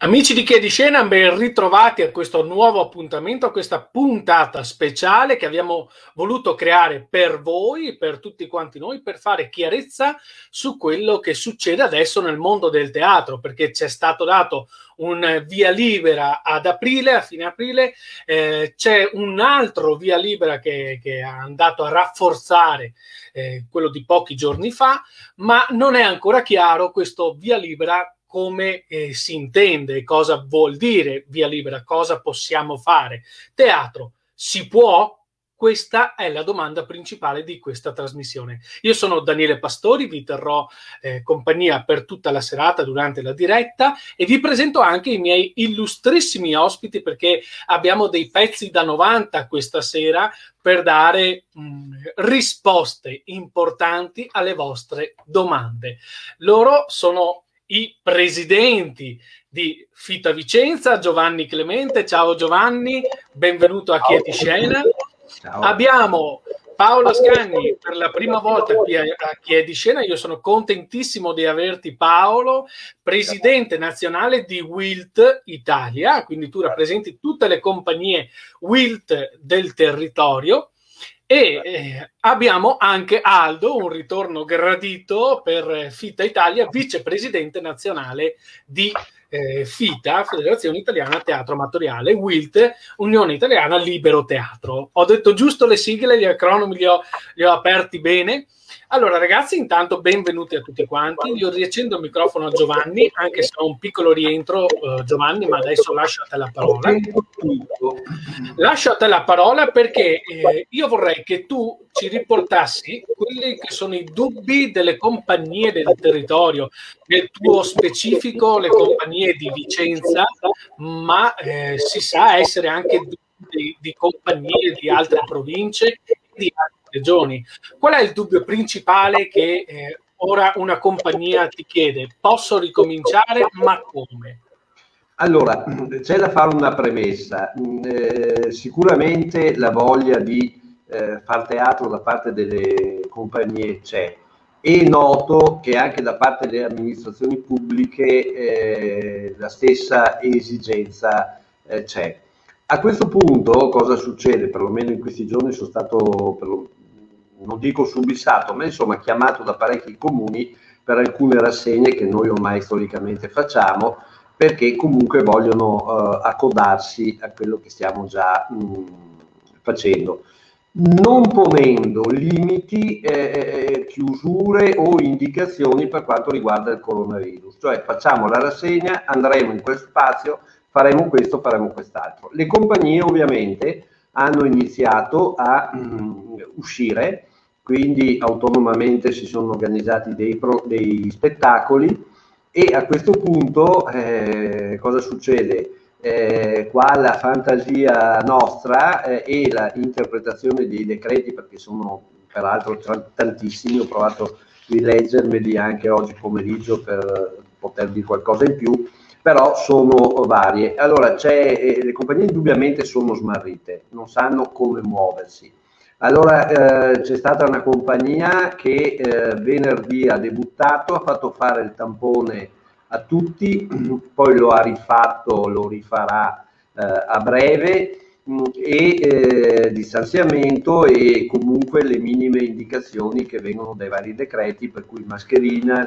Amici di Chiedi Scena, ben ritrovati a questo nuovo appuntamento, a questa puntata speciale che abbiamo voluto creare per voi, per tutti quanti noi, per fare chiarezza su quello che succede adesso nel mondo del teatro, perché c'è stato dato un via libera ad aprile, a fine aprile, c'è un altro via libera che è andato a rafforzare quello di pochi giorni fa, ma non è ancora chiaro questo via libera come si intende, cosa vuol dire via libera, cosa possiamo fare. Teatro, si può? Questa è la domanda principale di questa trasmissione. Io sono Daniele Pastori, vi terrò compagnia per tutta la serata durante la diretta e vi presento anche i miei illustrissimi ospiti perché abbiamo dei pezzi da 90 questa sera per dare risposte importanti alle vostre domande. Loro sono i presidenti di Fita Vicenza, Giovanni Clemente. Ciao Giovanni, benvenuto a Chiedi Scena. Abbiamo Paolo Scagni per la prima volta qui a Chiedi Scena. Io sono contentissimo di averti, Paolo, presidente nazionale di Wilt Italia, quindi tu rappresenti tutte le compagnie Wilt del territorio. E abbiamo anche Aldo, un ritorno gradito per Fita Italia, vicepresidente nazionale di FITA, Federazione Italiana Teatro Amatoriale, WILT, Unione Italiana Libero Teatro. Ho detto giusto le sigle, gli acronomi li ho aperti bene. Allora ragazzi, intanto benvenuti a tutti quanti. Io riaccendo il microfono a Giovanni, anche se ho un piccolo rientro, Giovanni, ma adesso lascio a te la parola. Lascio a te la parola perché io vorrei che tu ci riportassi quelli che sono i dubbi delle compagnie del territorio, nel tuo specifico le compagnie di Vicenza, ma si sa essere anche dubbi di compagnie di altre province e di altre regioni. Qual è il dubbio principale che ora una compagnia ti chiede? Posso ricominciare, ma come? Allora, c'è da fare una premessa. Sicuramente la voglia di far teatro da parte delle compagnie c'è. È noto che anche da parte delle amministrazioni pubbliche la stessa esigenza c'è. A questo punto cosa succede? Perlomeno in questi giorni sono stato, non dico subissato, ma insomma chiamato da parecchi comuni per alcune rassegne che noi ormai storicamente facciamo, perché comunque vogliono accodarsi a quello che stiamo già facendo, non ponendo limiti, chiusure o indicazioni per quanto riguarda il coronavirus. Cioè facciamo la rassegna, andremo in quel spazio, faremo questo, faremo quest'altro. Le compagnie ovviamente hanno iniziato a uscire, quindi autonomamente si sono organizzati dei spettacoli. E a questo punto cosa succede? Qua la fantasia nostra e la interpretazione dei decreti, perché sono peraltro tantissimi, ho provato a rileggermeli anche oggi pomeriggio per poter dire qualcosa in più, però sono varie. Allora le compagnie indubbiamente sono smarrite, non sanno come muoversi. Allora c'è stata una compagnia che venerdì ha debuttato, ha fatto fare il tampone a tutti, poi lo ha rifatto, lo rifarà a breve, e distanziamento e comunque le minime indicazioni che vengono dai vari decreti, per cui mascherina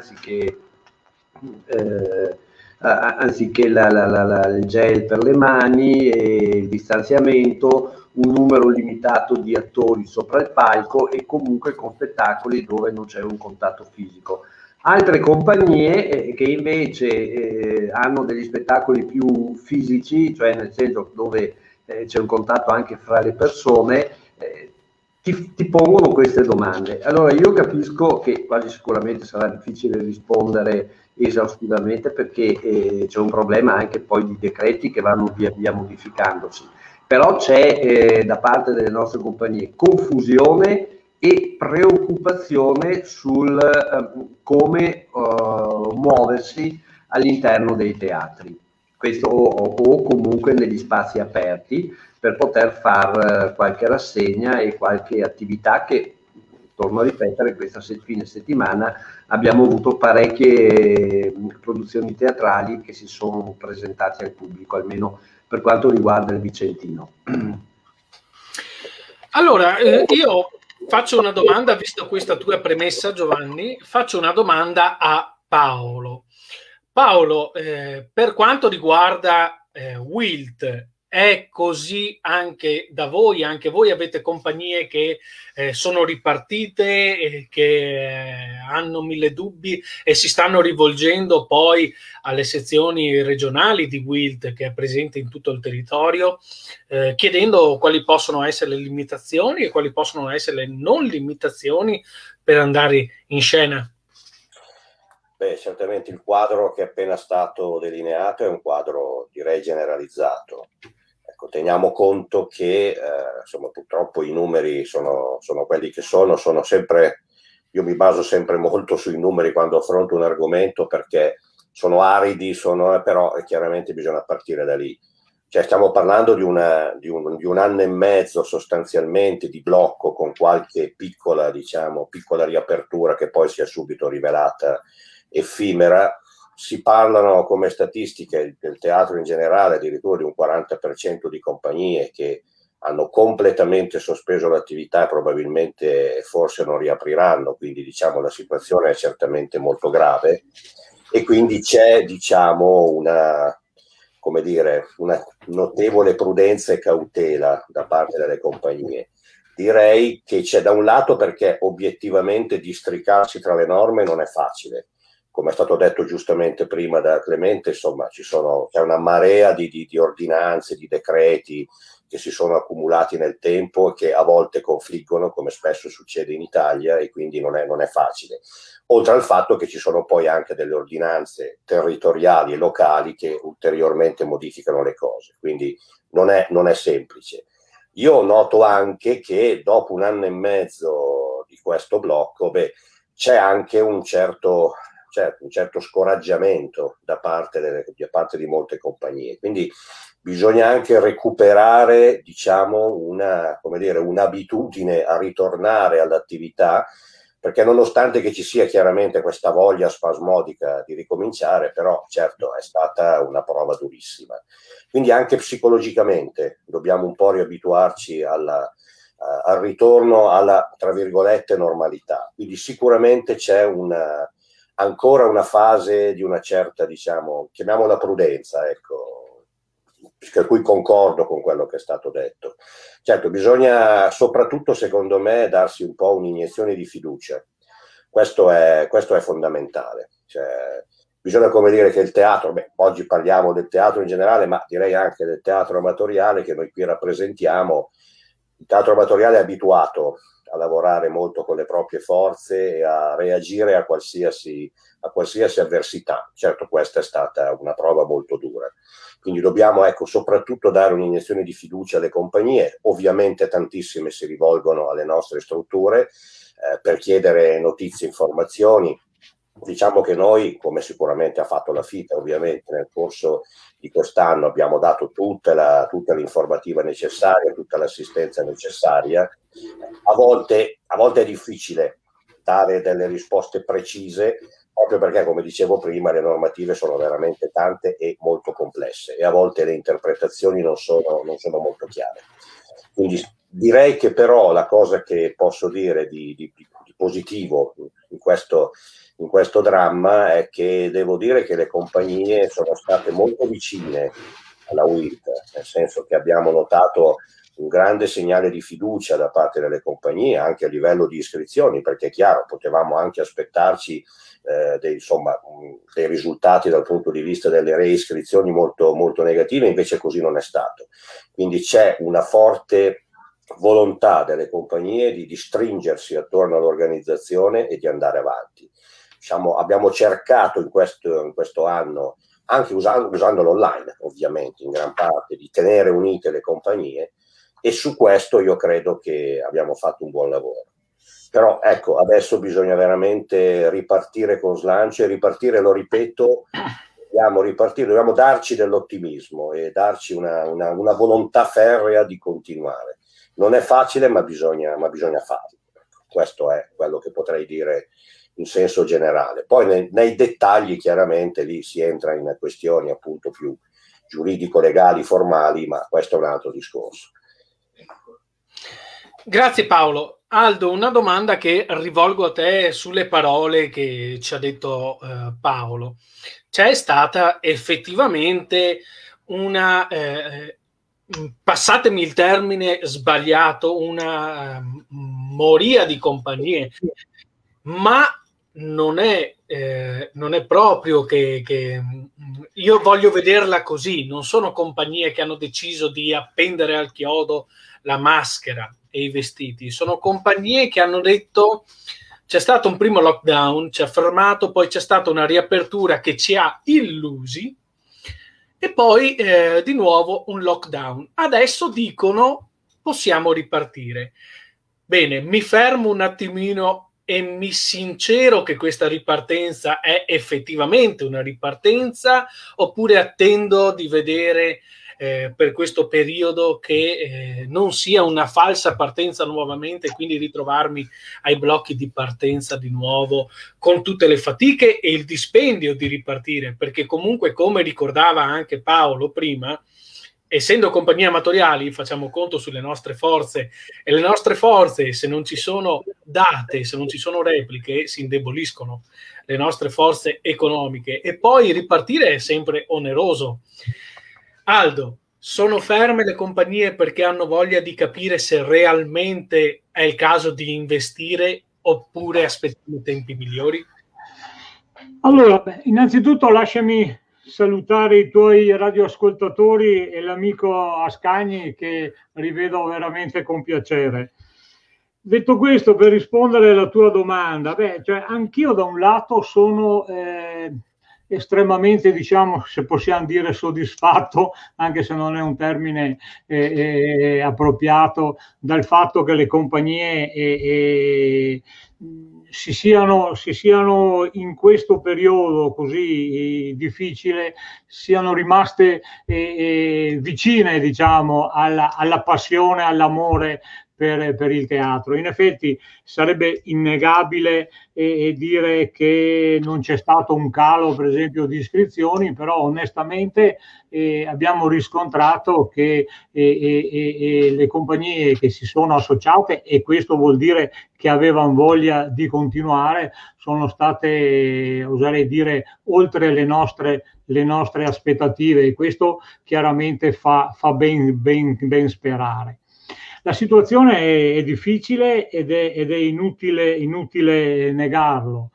anziché il gel per le mani, e il distanziamento, un numero limitato di attori sopra il palco e comunque con spettacoli dove non c'è un contatto fisico. Altre compagnie che invece hanno degli spettacoli più fisici, cioè nel senso dove c'è un contatto anche fra le persone, ti pongono queste domande. Allora io capisco che quasi sicuramente sarà difficile rispondere esaustivamente, perché c'è un problema anche poi di decreti che vanno via via modificandosi, però c'è da parte delle nostre compagnie confusione e preoccupazione sul come muoversi all'interno dei teatri, questo o comunque negli spazi aperti, per poter fare qualche rassegna e qualche attività che torno a ripetere, questa fine settimana abbiamo avuto parecchie produzioni teatrali che si sono presentate al pubblico, almeno per quanto riguarda il Vicentino. Allora, io faccio una domanda, visto questa tua premessa, Giovanni, faccio una domanda a Paolo. Paolo, per quanto riguarda Wilt, è così anche da voi? Anche voi avete compagnie che sono ripartite, che hanno mille dubbi e si stanno rivolgendo poi alle sezioni regionali di Wilt, che è presente in tutto il territorio, chiedendo quali possono essere le limitazioni e quali possono essere le non limitazioni per andare in scena? Beh, certamente il quadro che è appena stato delineato è un quadro, direi, generalizzato. Ecco, teniamo conto che insomma, purtroppo i numeri sono quelli che sono sempre, io mi baso sempre molto sui numeri quando affronto un argomento, perché sono aridi, però chiaramente bisogna partire da lì. Cioè, stiamo parlando di un anno e mezzo sostanzialmente di blocco, con qualche piccola riapertura che poi si è subito rivelata effimera. Si parlano come statistiche del teatro in generale addirittura di un 40% di compagnie che hanno completamente sospeso l'attività e probabilmente forse non riapriranno, quindi diciamo la situazione è certamente molto grave e quindi c'è una notevole prudenza e cautela da parte delle compagnie. Direi che c'è da un lato, perché obiettivamente districarsi tra le norme non è facile. Come è stato detto giustamente prima da Clemente, insomma, c'è una marea di ordinanze, di decreti che si sono accumulati nel tempo e che a volte confliggono, come spesso succede in Italia, e quindi non è facile. Oltre al fatto che ci sono poi anche delle ordinanze territoriali e locali che ulteriormente modificano le cose, quindi non è semplice. Io noto anche che dopo un anno e mezzo di questo blocco, c'è anche un certo scoraggiamento da parte di molte compagnie, quindi bisogna anche recuperare, diciamo, un'abitudine a ritornare all'attività, perché nonostante che ci sia chiaramente questa voglia spasmodica di ricominciare, però certo è stata una prova durissima. Quindi anche psicologicamente dobbiamo un po' riabituarci al ritorno alla, tra virgolette, normalità. Quindi sicuramente c'è ancora una fase di una certa, diciamo, chiamiamola prudenza, ecco, per cui concordo con quello che è stato detto. Certo, bisogna soprattutto, secondo me, darsi un po' un'iniezione di fiducia. Questo è fondamentale. Cioè, bisogna, come dire, che il teatro, oggi parliamo del teatro in generale, ma direi anche del teatro amatoriale che noi qui rappresentiamo. Il teatro amatoriale è abituato a lavorare molto con le proprie forze e a reagire a qualsiasi avversità. Certo, questa è stata una prova molto dura. Quindi dobbiamo, soprattutto dare un'iniezione di fiducia alle compagnie. Ovviamente tantissime si rivolgono alle nostre strutture per chiedere notizie, informazioni. Diciamo che noi, come sicuramente ha fatto la FITA, ovviamente nel corso di quest'anno abbiamo dato tutta l'informativa necessaria, tutta l'assistenza necessaria. A volte è difficile dare delle risposte precise, proprio perché, come dicevo prima, le normative sono veramente tante e molto complesse e a volte le interpretazioni non sono molto chiare. Quindi direi che però la cosa che posso dire di positivo in questo dramma è che devo dire che le compagnie sono state molto vicine alla Wilt, nel senso che abbiamo notato un grande segnale di fiducia da parte delle compagnie anche a livello di iscrizioni, perché è chiaro, potevamo anche aspettarci dei risultati dal punto di vista delle reiscrizioni molto, molto negative, invece così non è stato. Quindi c'è una forte volontà delle compagnie di stringersi attorno all'organizzazione e di andare avanti. Diciamo, abbiamo cercato in questo anno, anche usando l'online ovviamente in gran parte, di tenere unite le compagnie, e su questo io credo che abbiamo fatto un buon lavoro. Però ecco, adesso bisogna veramente ripartire con slancio e ripartire, lo ripeto, dobbiamo darci dell'ottimismo e darci una volontà ferrea di continuare. Non è facile, ma bisogna farlo. questo è quello che potrei dire in senso generale. Poi nei dettagli chiaramente lì si entra in questioni appunto più giuridico-legali, formali, ma questo è un altro discorso. Grazie Paolo. Aldo, una domanda che rivolgo a te sulle parole che ci ha detto Paolo. C'è stata effettivamente una, passatemi il termine sbagliato, una moria di compagnie, ma non è proprio che io voglio vederla così. Non sono compagnie che hanno deciso di appendere al chiodo la maschera e i vestiti, sono compagnie che hanno detto c'è stato un primo lockdown, ci ha fermato, poi c'è stata una riapertura che ci ha illusi e poi di nuovo un lockdown. Adesso dicono possiamo ripartire. Bene, mi fermo un attimino e mi sincero che questa ripartenza è effettivamente una ripartenza, oppure attendo di vedere per questo periodo che non sia una falsa partenza nuovamente e quindi ritrovarmi ai blocchi di partenza di nuovo con tutte le fatiche e il dispendio di ripartire, perché comunque, come ricordava anche Paolo prima, essendo compagnie amatoriali facciamo conto sulle nostre forze e le nostre forze, se non ci sono date, se non ci sono repliche, si indeboliscono le nostre forze economiche e poi ripartire è sempre oneroso. Aldo, sono ferme le compagnie perché hanno voglia di capire se realmente è il caso di investire oppure aspettano tempi migliori? Allora, innanzitutto lasciami salutare i tuoi radioascoltatori e l'amico Ascagni che rivedo veramente con piacere. Detto questo, per rispondere alla tua domanda, cioè, anch'io da un lato sono estremamente, diciamo, se possiamo dire, soddisfatto, anche se non è un termine appropriato, dal fatto che le compagnie si siano in questo periodo così difficile, siano rimaste vicine, diciamo, alla passione, all'amore per il teatro. In effetti sarebbe innegabile dire che non c'è stato un calo, per esempio, di iscrizioni, però onestamente abbiamo riscontrato che le compagnie che si sono associate, e questo vuol dire che avevano voglia di continuare, sono state, oserei dire, oltre le nostre aspettative, e questo chiaramente fa ben sperare. La situazione è difficile ed è inutile negarlo.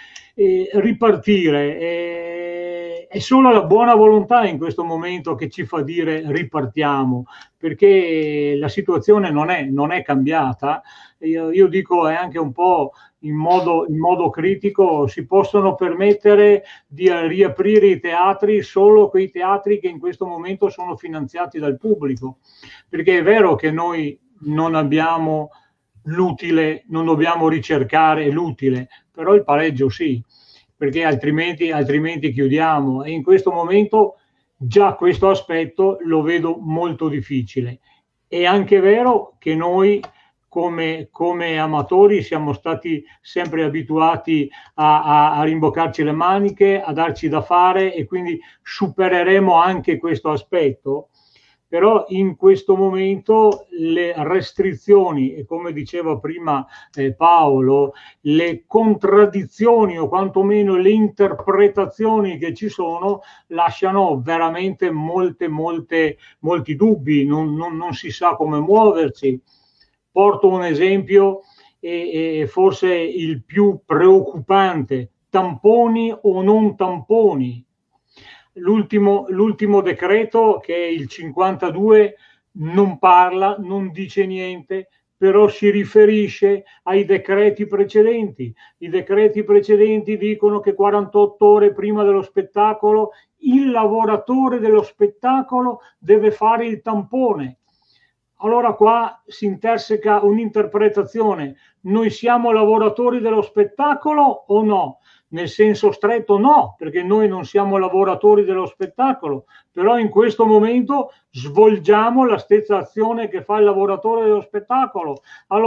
Ripartire è solo la buona volontà in questo momento che ci fa dire ripartiamo, perché la situazione non è cambiata. Io dico, è anche un po' in modo critico, si possono permettere di riaprire i teatri solo quei teatri che in questo momento sono finanziati dal pubblico, perché è vero che noi non abbiamo l'utile, non dobbiamo ricercare l'utile, però il pareggio sì, perché altrimenti chiudiamo, e in questo momento già questo aspetto lo vedo molto difficile. È anche vero che noi come amatori siamo stati sempre abituati a rimboccarci le maniche, a darci da fare, e quindi supereremo anche questo aspetto. Però in questo momento le restrizioni, e come diceva prima Paolo, le contraddizioni o quantomeno le interpretazioni che ci sono lasciano veramente molti dubbi, non si sa come muoversi. Porto un esempio, forse il più preoccupante: tamponi o non tamponi. L'ultimo decreto, che è il 52, non parla, non dice niente, però si riferisce ai decreti precedenti. I decreti precedenti dicono che 48 ore prima dello spettacolo il lavoratore dello spettacolo deve fare il tampone. Allora qua si interseca un'interpretazione: noi siamo lavoratori dello spettacolo o no? Nel senso stretto no, perché noi non siamo lavoratori dello spettacolo, però in questo momento svolgiamo la stessa azione che fa il lavoratore dello spettacolo. Allora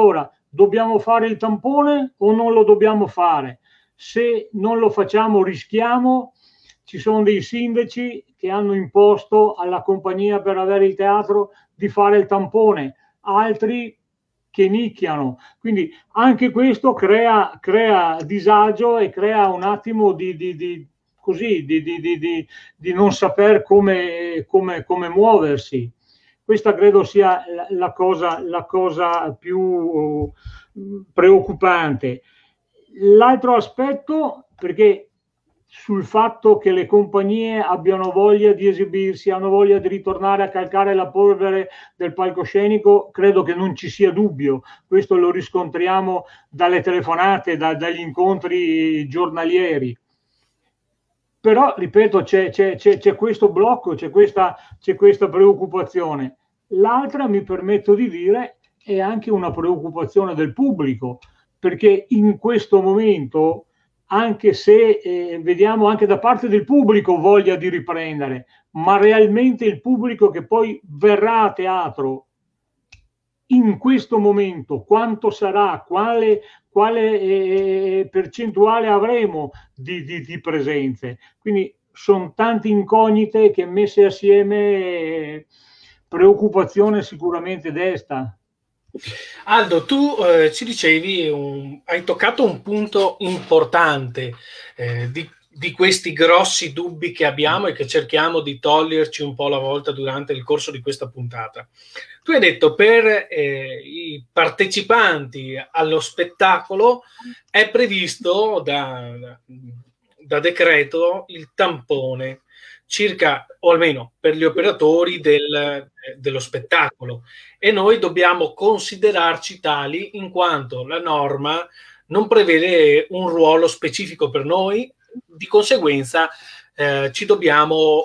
dobbiamo fare il tampone o non lo dobbiamo fare? Se non lo facciamo rischiamo. Ci sono dei sindaci che hanno imposto alla compagnia per avere il teatro di fare il tampone, altri che nicchiano. Quindi anche questo crea disagio e crea un attimo di non saper come muoversi. Questa credo sia la cosa più preoccupante. L'altro aspetto, perché sul fatto che le compagnie abbiano voglia di esibirsi, hanno voglia di ritornare a calcare la polvere del palcoscenico, credo che non ci sia dubbio. Questo lo riscontriamo dalle telefonate, dagli incontri giornalieri. Però, ripeto, c'è questo blocco, c'è questa preoccupazione. L'altra, mi permetto di dire, è anche una preoccupazione del pubblico, perché in questo momento, anche se vediamo anche da parte del pubblico voglia di riprendere, ma realmente il pubblico che poi verrà a teatro in questo momento, quanto sarà, quale percentuale avremo di presenze. Quindi sono tante incognite che messe assieme preoccupazione sicuramente desta. Aldo, tu ci dicevi, hai toccato un punto importante di questi grossi dubbi che abbiamo e che cerchiamo di toglierci un po' alla volta durante il corso di questa puntata. Tu hai detto per i partecipanti allo spettacolo è previsto da decreto il tampone, circa, o almeno per gli operatori dello spettacolo, e noi dobbiamo considerarci tali in quanto la norma non prevede un ruolo specifico per noi, di conseguenza ci dobbiamo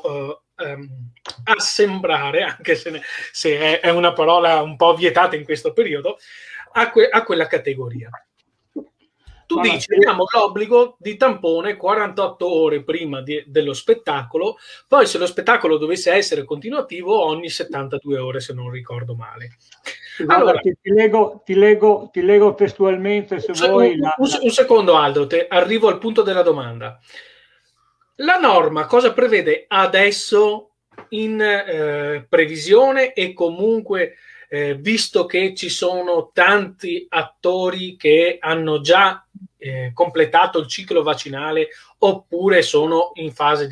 assembrare, anche se è una parola un po' vietata in questo periodo, a quella categoria. Tu dici, abbiamo l'obbligo di tampone 48 ore prima dello spettacolo, poi se lo spettacolo dovesse essere continuativo ogni 72 ore, se non ricordo male. Allora, ti leggo testualmente, se vuoi. Un secondo, Aldo, arrivo al punto della domanda. La norma cosa prevede adesso in previsione e comunque visto che ci sono tanti attori che hanno già completato il ciclo vaccinale oppure sono in fase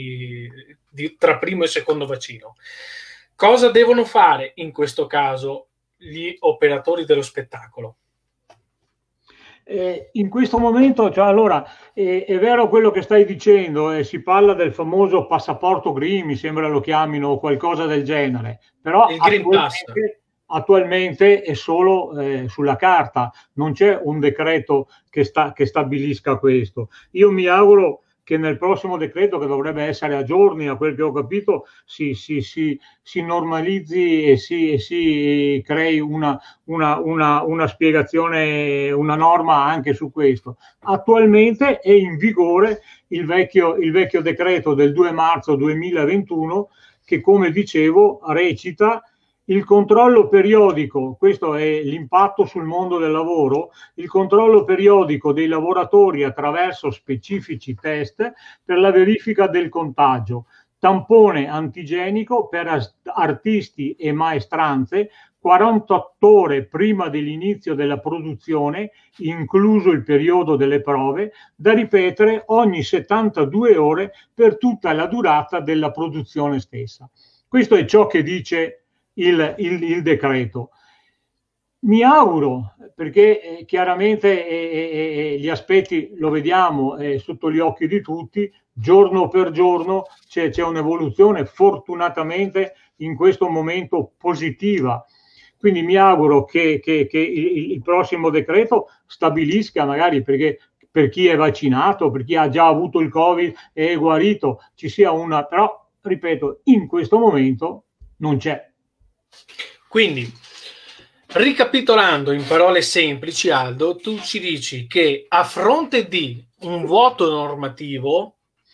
tra primo e secondo vaccino, cosa devono fare in questo caso gli operatori dello spettacolo? In questo momento, cioè, allora, è vero quello che stai dicendo, si parla del famoso passaporto green, mi sembra lo chiamino, o qualcosa del genere, però il Green Pass attualmente è solo sulla carta, non c'è un decreto che stabilisca questo. Io mi auguro che nel prossimo decreto, che dovrebbe essere a giorni, a quel che ho capito, si normalizzi e si crei una spiegazione, una norma anche su questo. Attualmente è in vigore il vecchio decreto del 2 marzo 2021 che, come dicevo, recita: il controllo periodico, questo è l'impatto sul mondo del lavoro, il controllo periodico dei lavoratori attraverso specifici test per la verifica del contagio, tampone antigenico per artisti e maestranze 48 ore prima dell'inizio della produzione, incluso il periodo delle prove, da ripetere ogni 72 ore per tutta la durata della produzione stessa. Questo è ciò che dice il decreto. Mi auguro, perché chiaramente gli aspetti lo vediamo sotto gli occhi di tutti, giorno per giorno c'è un'evoluzione fortunatamente in questo momento positiva. Quindi mi auguro che il prossimo decreto stabilisca, magari perché per chi è vaccinato, per chi ha già avuto il Covid e è guarito, ci sia una, però ripeto, in questo momento non c'è. Quindi, ricapitolando in parole semplici, Aldo, tu ci dici che a fronte di un vuoto normativo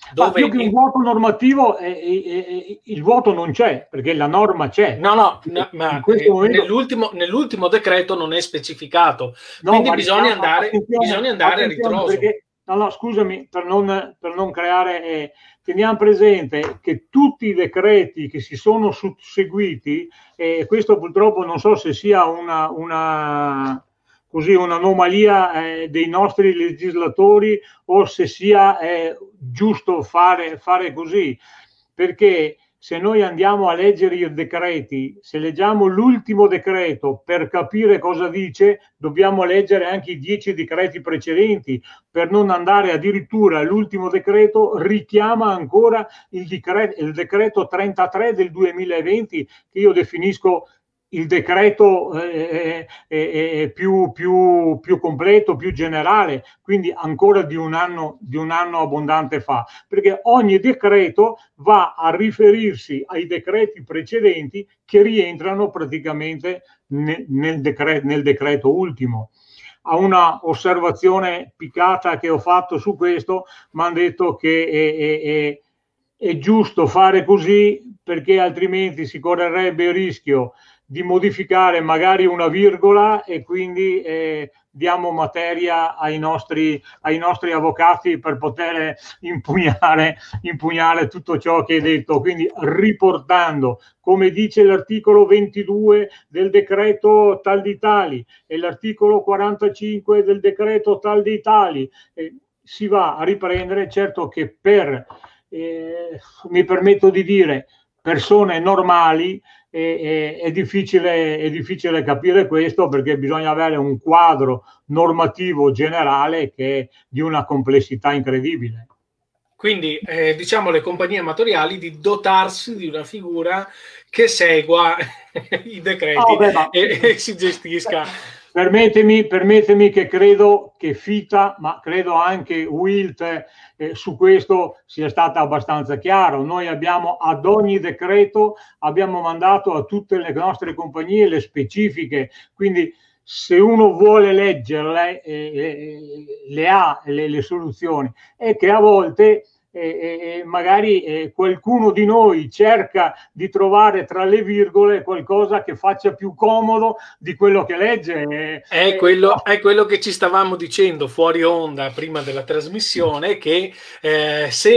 Dove più che un vuoto normativo, il vuoto non c'è, perché la norma c'è. No, ma in questo momento... nell'ultimo decreto non è specificato, quindi bisogna andare a ritroso. Perché, no, scusami, per non creare... teniamo presente che tutti i decreti che si sono susseguiti, questo purtroppo non so se sia un'anomalia dei nostri legislatori o se sia giusto fare così, perché se noi andiamo a leggere i decreti, se leggiamo l'ultimo decreto per capire cosa dice, dobbiamo leggere anche i 10 decreti precedenti, per non andare addirittura all'ultimo decreto, richiama ancora il decreto 33 del 2020, che io definisco il decreto più completo, più generale, quindi ancora di un anno abbondante fa, perché ogni decreto va a riferirsi ai decreti precedenti che rientrano praticamente nel decreto ultimo. A una osservazione piccata che ho fatto su questo, mi hanno detto che è giusto fare così perché altrimenti si correrebbe il rischio di modificare magari una virgola e quindi diamo materia ai nostri avvocati per poter impugnare tutto ciò che è detto. Quindi riportando, come dice l'articolo 22 del decreto tal di tali e l'articolo 45 del decreto tal di tali, si va a riprendere. Certo che mi permetto di dire, persone normali, è difficile capire questo, perché bisogna avere un quadro normativo generale che è di una complessità incredibile. Quindi diciamo alle compagnie amatoriali di dotarsi di una figura che segua i decreti e si gestisca. Permettimi che credo che FITA, ma credo anche WILT, su questo sia stata abbastanza chiaro. Noi abbiamo ad ogni decreto abbiamo mandato a tutte le nostre compagnie le specifiche, quindi se uno vuole leggerle le ha le soluzioni. È che a volte magari qualcuno di noi cerca di trovare tra le virgole qualcosa che faccia più comodo di quello che legge. È quello che ci stavamo dicendo fuori onda prima della trasmissione, che se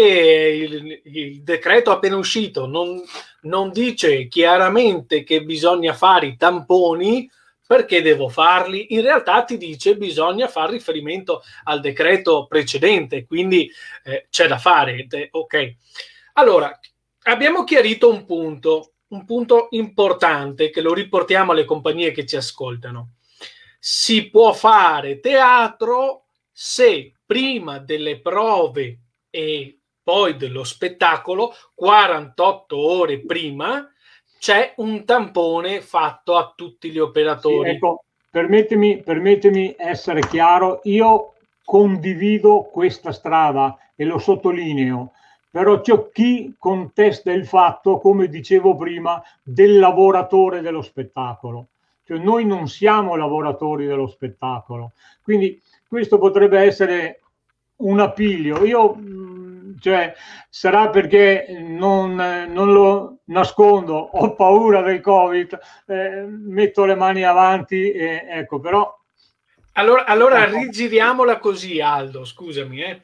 il decreto appena uscito non dice chiaramente che bisogna fare i tamponi, perché devo farli? In realtà ti dice bisogna fare riferimento al decreto precedente, quindi c'è da fare. Ok. Allora, abbiamo chiarito un punto importante che lo riportiamo alle compagnie che ci ascoltano. Si può fare teatro se prima delle prove e poi dello spettacolo, 48 ore prima, c'è un tampone fatto a tutti gli operatori. Sì, ecco, permettimi essere chiaro, io condivido questa strada e lo sottolineo, però c'è chi contesta il fatto, come dicevo prima, del lavoratore dello spettacolo. Cioè, noi non siamo lavoratori dello spettacolo, quindi questo potrebbe essere un appiglio. Cioè, sarà perché non lo nascondo, ho paura del Covid, metto le mani avanti, ecco, però... Allora rigiriamola così, Aldo, scusami.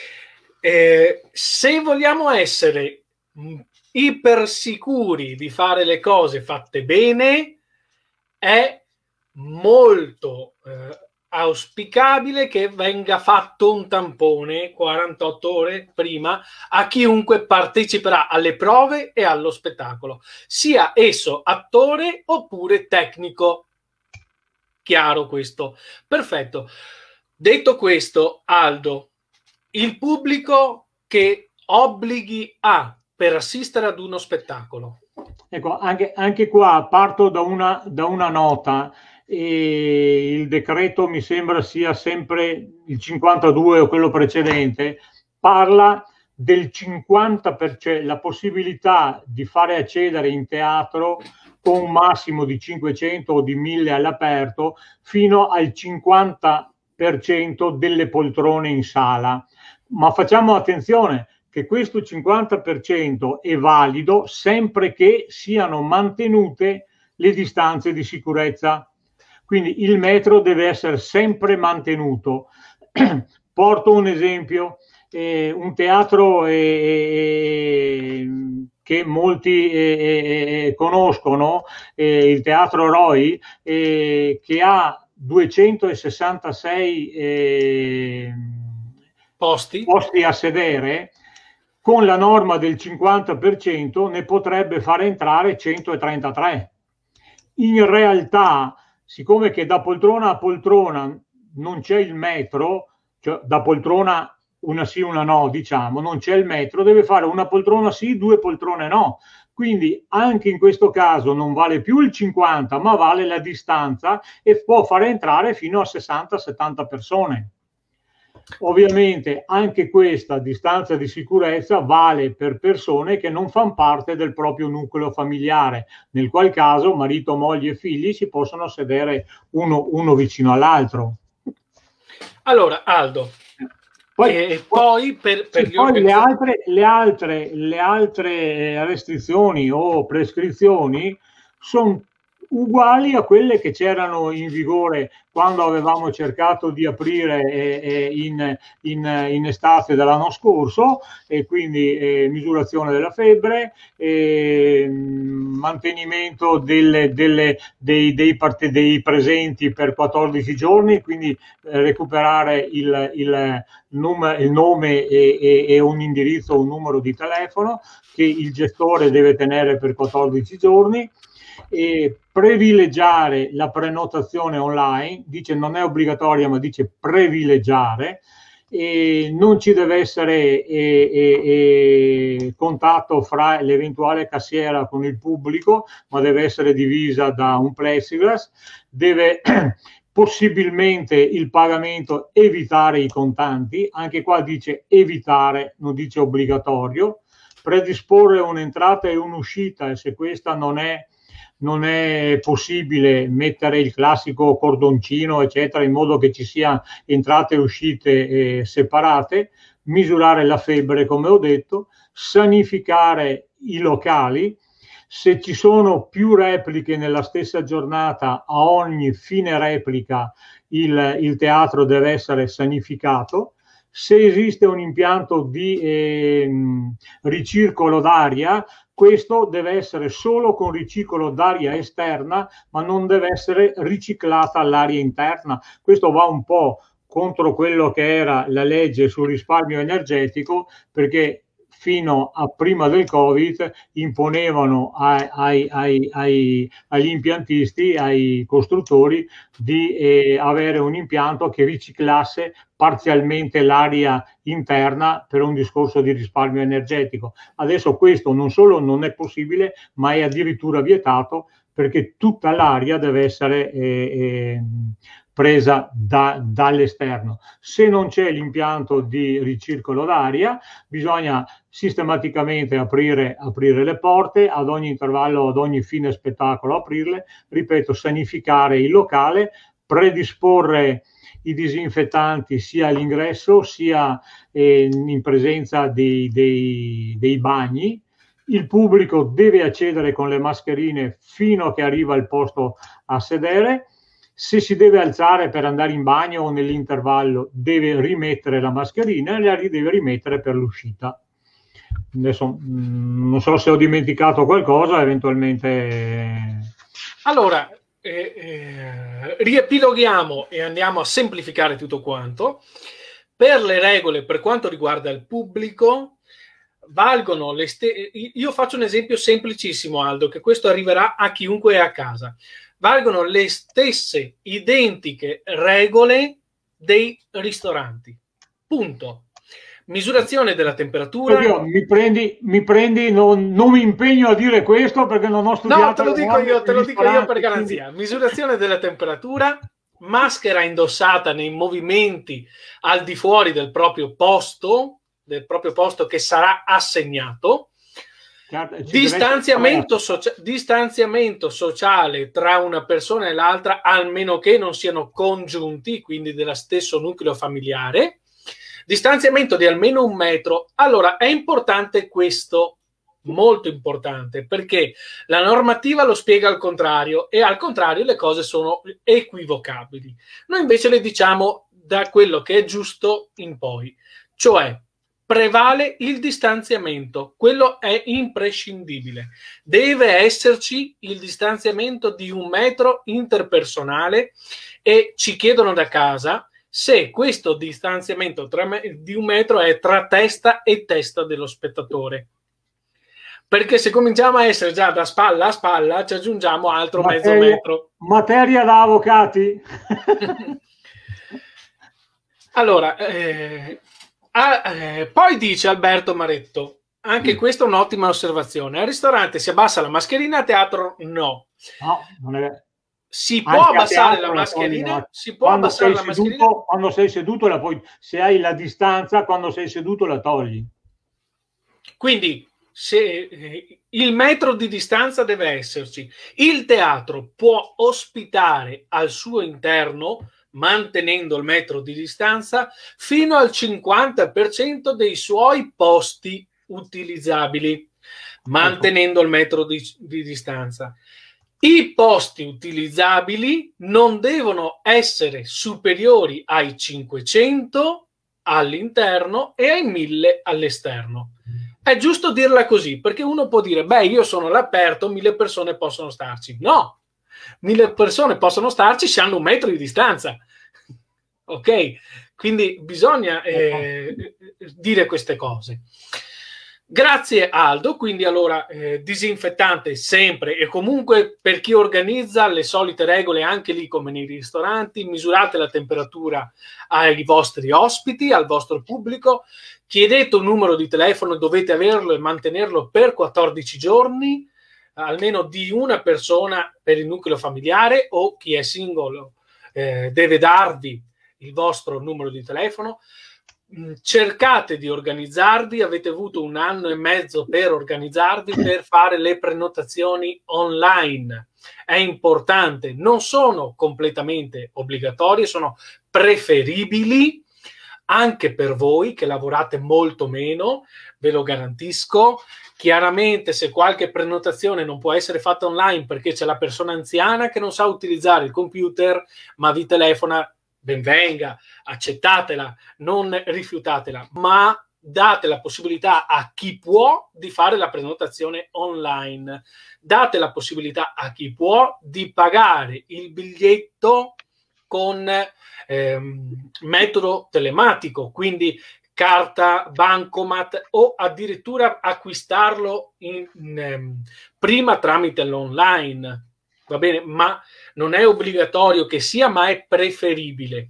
Se vogliamo essere ipersicuri di fare le cose fatte bene, è molto auspicabile che venga fatto un tampone 48 ore prima a chiunque parteciperà alle prove e allo spettacolo, sia esso attore oppure tecnico. Chiaro questo? Perfetto. Detto questo, Aldo, il pubblico che obblighi ha per assistere ad uno spettacolo? Ecco, anche qua parto da una nota. E il decreto mi sembra sia sempre il 52 o quello precedente, parla del 50%, la possibilità di fare accedere in teatro con un massimo di 500 o di 1000 all'aperto fino al 50% delle poltrone in sala. Ma facciamo attenzione che questo 50% è valido sempre che siano mantenute le distanze di sicurezza. Quindi il metro deve essere sempre mantenuto. Porto un esempio, un teatro che molti conoscono, il Teatro Roy, che ha 266 posti a sedere, con la norma del 50% ne potrebbe far entrare 133. In realtà, siccome che da poltrona a poltrona non c'è il metro, cioè da poltrona una sì, una no, diciamo, non c'è il metro, deve fare una poltrona sì, 2 poltrone no. Quindi anche in questo caso non vale più il 50, ma vale la distanza e può far entrare fino a 60-70 persone. Ovviamente anche questa distanza di sicurezza vale per persone che non fanno parte del proprio nucleo familiare, nel qual caso marito, moglie e figli si possono sedere uno vicino all'altro. Allora, Aldo, poi le altre restrizioni o prescrizioni sono uguali a quelle che c'erano in vigore quando avevamo cercato di aprire in estate dell'anno scorso, e quindi misurazione della febbre, mantenimento dei presenti per 14 giorni, quindi recuperare il nome e un indirizzo, un numero di telefono che il gestore deve tenere per 14 giorni. E privilegiare la prenotazione online, dice non è obbligatoria ma dice privilegiare, e non ci deve essere contatto fra l'eventuale cassiera con il pubblico, ma deve essere divisa da un plexiglass, deve possibilmente il pagamento evitare i contanti, anche qua dice evitare, non dice obbligatorio, predisporre un'entrata e un'uscita, e se questa non è possibile, mettere il classico cordoncino eccetera, in modo che ci sia entrate e uscite separate, misurare la febbre come ho detto, sanificare i locali, se ci sono più repliche nella stessa giornata, a ogni fine replica il teatro deve essere sanificato. Se esiste un impianto di ricircolo d'aria, questo deve essere solo con riciclo d'aria esterna, ma non deve essere riciclata l'aria interna. Questo va un po' contro quello che era la legge sul risparmio energetico, perché fino a prima del Covid imponevano agli impiantisti, ai costruttori, di avere un impianto che riciclasse parzialmente l'aria interna per un discorso di risparmio energetico. Adesso questo non solo non è possibile, ma è addirittura vietato, perché tutta l'aria deve essere presa dall'esterno. Se non c'è l'impianto di ricircolo d'aria, bisogna sistematicamente aprire le porte, ad ogni intervallo, ad ogni fine spettacolo aprirle, ripeto, sanificare il locale, predisporre i disinfettanti sia all'ingresso sia in presenza dei bagni. Il pubblico deve accedere con le mascherine fino a che arriva al posto a sedere. Se si deve alzare per andare in bagno o nell'intervallo, deve rimettere la mascherina e la deve rimettere per l'uscita. Adesso non so se ho dimenticato qualcosa, eventualmente. Allora, riepiloghiamo e andiamo a semplificare tutto quanto. Per le regole per quanto riguarda il pubblico, valgono le io faccio un esempio semplicissimo, Aldo, che questo arriverà a chiunque è a casa. Valgono le stesse identiche regole dei ristoranti. Punto. Misurazione della temperatura. Oddio, mi prendi, non mi impegno a dire questo perché non ho studiato. No, te lo dico io per garanzia. Quindi... Misurazione della temperatura, maschera indossata nei movimenti al di fuori del proprio posto che sarà assegnato. Distanziamento sociale tra una persona e l'altra, almeno che non siano congiunti, quindi dello stesso nucleo familiare. Distanziamento di almeno 1 metro. Allora, è importante questo, molto importante, perché la normativa lo spiega al contrario e al contrario le cose sono equivocabili. Noi invece le diciamo da quello che è giusto in poi, cioè prevale il distanziamento, quello è imprescindibile. Deve esserci il distanziamento di 1 metro interpersonale e ci chiedono da casa se questo distanziamento di 1 metro è tra testa e testa dello spettatore. Perché se cominciamo a essere già da spalla a spalla, ci aggiungiamo altro mezzo metro. Materia da avvocati. Allora, poi dice Alberto Maretto, anche questa è un'ottima osservazione. Al ristorante si abbassa la mascherina, a teatro no. No, non è... Si può abbassare la mascherina? Si può abbassare la mascherina? Quando sei seduto, se hai la distanza, quando sei seduto la togli. Quindi se il metro di distanza deve esserci. Il teatro può ospitare al suo interno, mantenendo il metro di distanza, fino al 50% dei suoi posti utilizzabili, mantenendo il metro di distanza. I posti utilizzabili non devono essere superiori ai 500 all'interno e ai 1000 all'esterno. È giusto dirla così, perché uno può dire, beh, io sono all'aperto, 1000 persone possono starci. No, 1000 persone possono starci se hanno 1 metro di distanza. Ok? Quindi bisogna dire queste cose. Grazie Aldo, quindi allora disinfettante sempre e comunque per chi organizza le solite regole anche lì come nei ristoranti, misurate la temperatura ai vostri ospiti, al vostro pubblico, chiedete un numero di telefono, dovete averlo e mantenerlo per 14 giorni, almeno di una persona per il nucleo familiare o chi è singolo deve darvi il vostro numero di telefono. Cercate di organizzarvi, avete avuto 1 anno e mezzo per organizzarvi, per fare le prenotazioni online. È importante, non sono completamente obbligatorie, sono preferibili anche per voi che lavorate molto meno, ve lo garantisco. Chiaramente se qualche prenotazione non può essere fatta online perché c'è la persona anziana che non sa utilizzare il computer ma vi telefona, ben venga, accettatela, non rifiutatela, ma date la possibilità a chi può di fare la prenotazione online, date la possibilità a chi può di pagare il biglietto con metodo telematico, quindi carta, bancomat o addirittura acquistarlo prima tramite l'online. Va bene, ma non è obbligatorio che sia, ma è preferibile.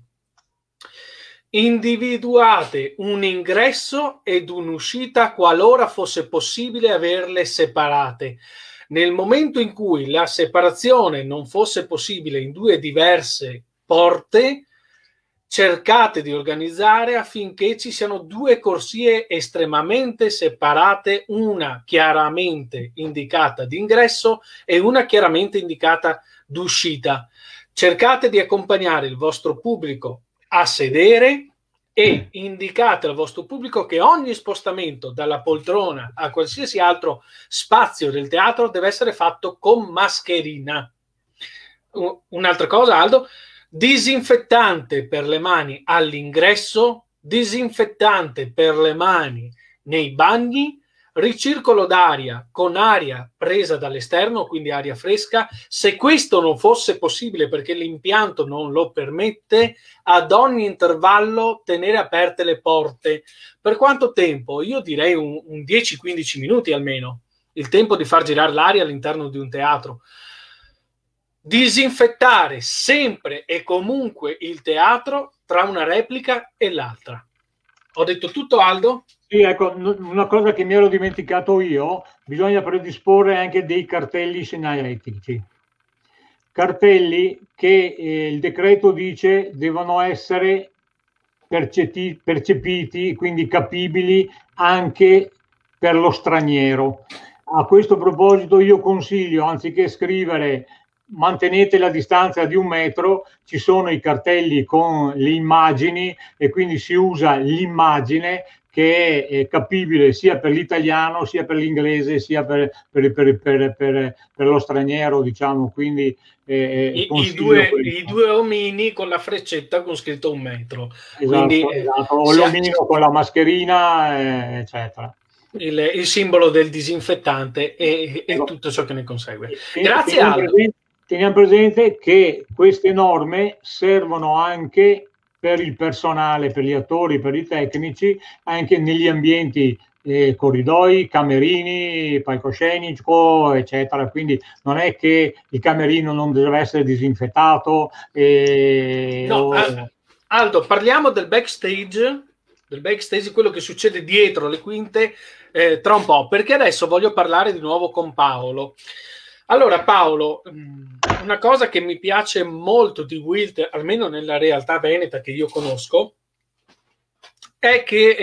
Individuate un ingresso ed un'uscita qualora fosse possibile averle separate. Nel momento in cui la separazione non fosse possibile in 2 diverse porte, cercate di organizzare affinché ci siano 2 corsie estremamente separate, una chiaramente indicata d'ingresso e una chiaramente indicata d'uscita. Cercate di accompagnare il vostro pubblico a sedere e indicate al vostro pubblico che ogni spostamento dalla poltrona a qualsiasi altro spazio del teatro deve essere fatto con mascherina. Un'altra cosa, Aldo, disinfettante per le mani all'ingresso, disinfettante per le mani nei bagni, ricircolo d'aria con aria presa dall'esterno, quindi aria fresca. Se questo non fosse possibile perché l'impianto non lo permette, ad ogni intervallo tenere aperte le porte. Per quanto tempo? Io direi un 10-15 minuti almeno, il tempo di far girare l'aria all'interno di un teatro. Disinfettare sempre e comunque il teatro tra una replica e l'altra. Ho detto tutto, Aldo? Sì, ecco, una cosa che mi ero dimenticato io, bisogna predisporre anche dei cartelli segnaletici. Cartelli che il decreto dice devono essere percepiti, quindi capibili anche per lo straniero. A questo proposito io consiglio, anziché scrivere mantenete la distanza di 1 metro, ci sono i cartelli con le immagini e quindi si usa l'immagine che è capibile sia per l'italiano, sia per l'inglese, sia per lo straniero, diciamo, quindi I due omini con la freccetta con scritto 1 metro. Esatto, quindi, esatto. O l'omino con la mascherina, eccetera. Il simbolo del disinfettante e tutto ciò che ne consegue. Grazie Aldo. Teniamo presente che queste norme servono anche per il personale, per gli attori, per i tecnici, anche negli ambienti corridoi, camerini, palcoscenico, eccetera. Quindi non è che il camerino non deve essere disinfettato. No, Aldo, parliamo del backstage, quello che succede dietro le quinte tra un po', perché adesso voglio parlare di nuovo con Paolo. Allora Paolo, una cosa che mi piace molto di Wilt, almeno nella realtà veneta che io conosco, è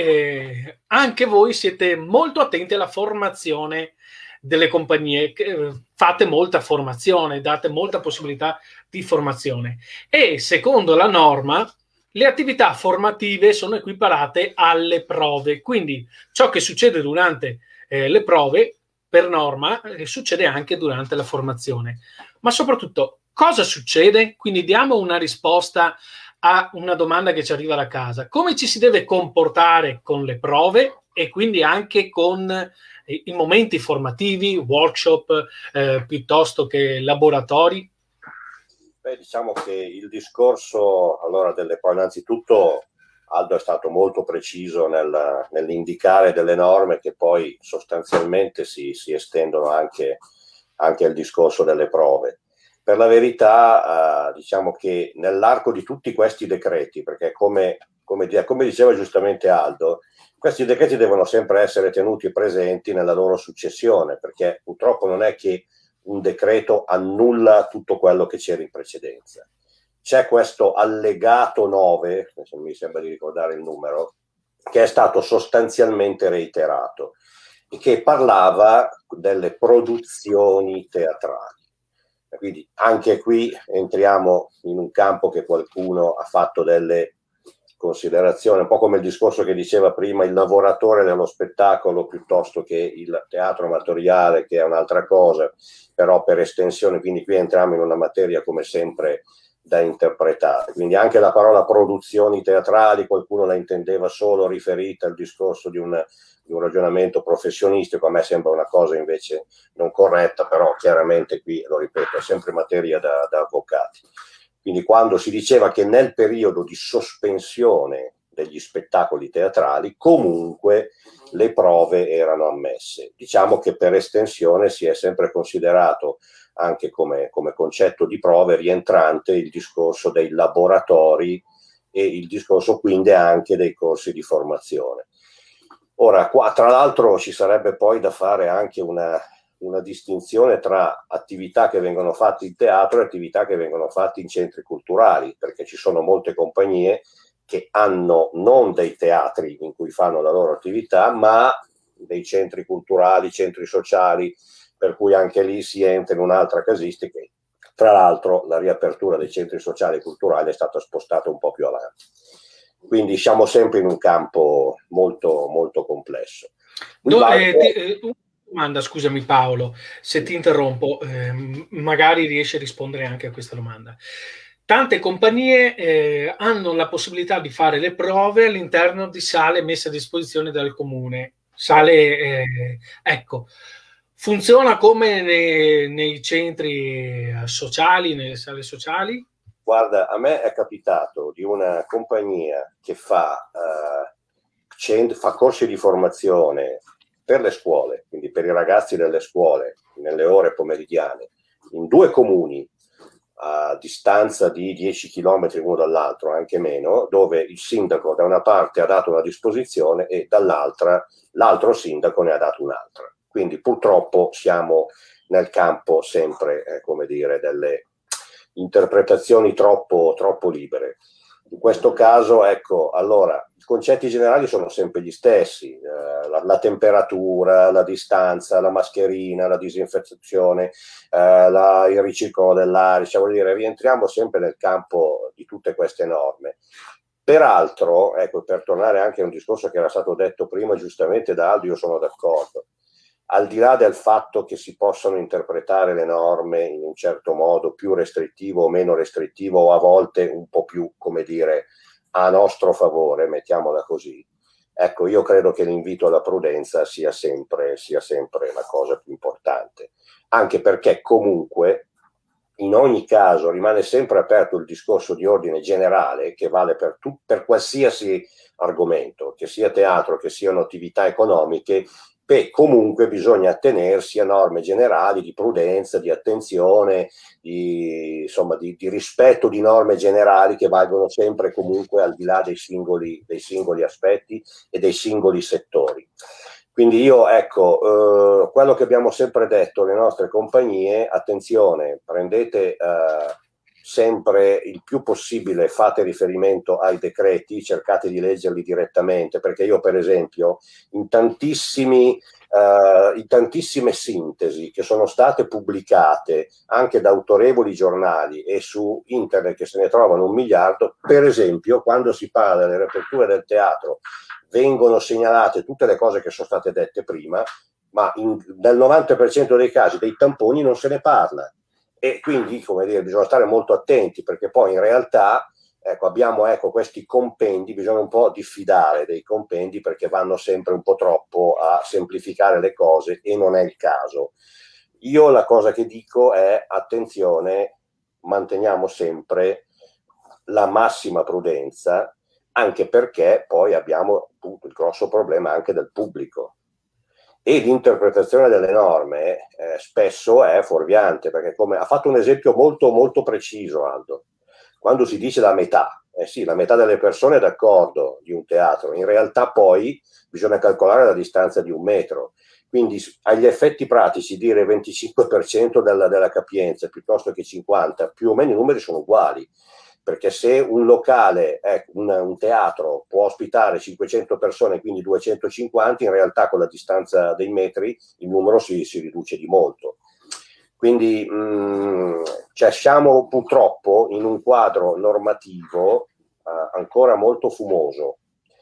che anche voi siete molto attenti alla formazione delle compagnie, fate molta formazione, date molta possibilità di formazione e secondo la norma le attività formative sono equiparate alle prove, quindi ciò che succede durante le prove per norma succede anche durante la formazione. Ma soprattutto, cosa succede? Quindi diamo una risposta a una domanda che ci arriva da casa. Come ci si deve comportare con le prove e quindi anche con i momenti formativi, workshop, piuttosto che laboratori? Beh, diciamo che il discorso, allora, delle prove, innanzitutto Aldo è stato molto preciso nell'indicare delle norme che poi sostanzialmente si estendono anche al discorso delle prove. Per la verità, diciamo che nell'arco di tutti questi decreti, perché come diceva giustamente Aldo, questi decreti devono sempre essere tenuti presenti nella loro successione, perché purtroppo non è che un decreto annulla tutto quello che c'era in precedenza. C'è questo allegato 9, se mi sembra di ricordare il numero, che è stato sostanzialmente reiterato e che parlava delle produzioni teatrali. Quindi anche qui entriamo in un campo che qualcuno ha fatto delle considerazioni, un po' come il discorso che diceva prima il lavoratore dello spettacolo piuttosto che il teatro amatoriale, che è un'altra cosa, però per estensione, quindi qui entriamo in una materia come sempre da interpretare. Quindi anche la parola produzioni teatrali qualcuno la intendeva solo riferita al discorso di un ragionamento professionistico, a me sembra una cosa invece non corretta, però chiaramente qui, lo ripeto, è sempre materia da avvocati. Quindi quando si diceva che nel periodo di sospensione degli spettacoli teatrali comunque le prove erano ammesse. Diciamo che per estensione si è sempre considerato anche come concetto di prove rientrante il discorso dei laboratori e il discorso quindi anche dei corsi di formazione. Ora, qua tra l'altro ci sarebbe poi da fare anche una distinzione tra attività che vengono fatte in teatro e attività che vengono fatte in centri culturali, perché ci sono molte compagnie che hanno non dei teatri in cui fanno la loro attività, ma dei centri culturali, centri sociali, per cui anche lì si entra in un'altra casistica. Tra l'altro la riapertura dei centri sociali e culturali è stata spostata un po' più avanti. Quindi siamo sempre in un campo molto, molto complesso. Domanda, scusami Paolo, se ti interrompo, magari riesci a rispondere anche a questa domanda. Tante compagnie hanno la possibilità di fare le prove all'interno di sale messe a disposizione dal comune. Ecco, funziona come nei centri sociali, nelle sale sociali? Guarda, a me è capitato di una compagnia che fa corsi di formazione per le scuole, quindi per i ragazzi delle scuole, nelle ore pomeridiane, in 2 comuni a distanza di 10 km l'uno dall'altro, anche meno, dove il sindaco da una parte ha dato una disposizione e dall'altra l'altro sindaco ne ha dato un'altra. Quindi purtroppo siamo nel campo sempre, come dire, delle interpretazioni troppo libere. In questo caso, ecco, allora, i concetti generali sono sempre gli stessi, la temperatura, la distanza, la mascherina, la disinfezione, il riciclo dell'aria, cioè, vuol dire, rientriamo sempre nel campo di tutte queste norme. Peraltro, ecco, per tornare anche a un discorso che era stato detto prima giustamente da Aldo, io sono d'accordo. Al di là del fatto che si possano interpretare le norme in un certo modo, più restrittivo o meno restrittivo, o a volte un po' più, come dire, a nostro favore, mettiamola così, ecco, io credo che l'invito alla prudenza sia sempre la cosa più importante, anche perché comunque in ogni caso rimane sempre aperto il discorso di ordine generale che vale per qualsiasi argomento, che sia teatro, che siano attività economiche. Beh, comunque bisogna attenersi a norme generali di prudenza, di attenzione, insomma, di rispetto di norme generali che valgono sempre comunque al di là dei singoli aspetti e dei singoli settori. Quindi io, ecco, quello che abbiamo sempre detto alle nostre compagnie, attenzione, prendete sempre il più possibile, fate riferimento ai decreti, cercate di leggerli direttamente, perché io per esempio in tantissime sintesi che sono state pubblicate anche da autorevoli giornali e su internet che se ne trovano 1 miliardo, per esempio quando si parla delle riaperture del teatro vengono segnalate tutte le cose che sono state dette prima, ma nel 90% dei casi dei tamponi non se ne parla. E quindi, come dire, bisogna stare molto attenti, perché poi in realtà abbiamo questi compendi, bisogna un po' diffidare dei compendi perché vanno sempre un po' troppo a semplificare le cose e non è il caso. Io la cosa che dico è attenzione, manteniamo sempre la massima prudenza, anche perché poi abbiamo appunto il grosso problema anche del pubblico. E l'interpretazione delle norme spesso è fuorviante, perché come ha fatto un esempio molto molto preciso Aldo, quando si dice la metà, sì, la metà delle persone è d'accordo di un teatro, in realtà poi bisogna calcolare la distanza di 1 metro, quindi agli effetti pratici dire 25% della capienza piuttosto che 50%, più o meno i numeri sono uguali. Perché se un locale, un teatro può ospitare 500 persone, quindi 250, in realtà con la distanza dei metri il numero si riduce di molto. Quindi cioè siamo purtroppo in un quadro normativo ancora molto fumoso,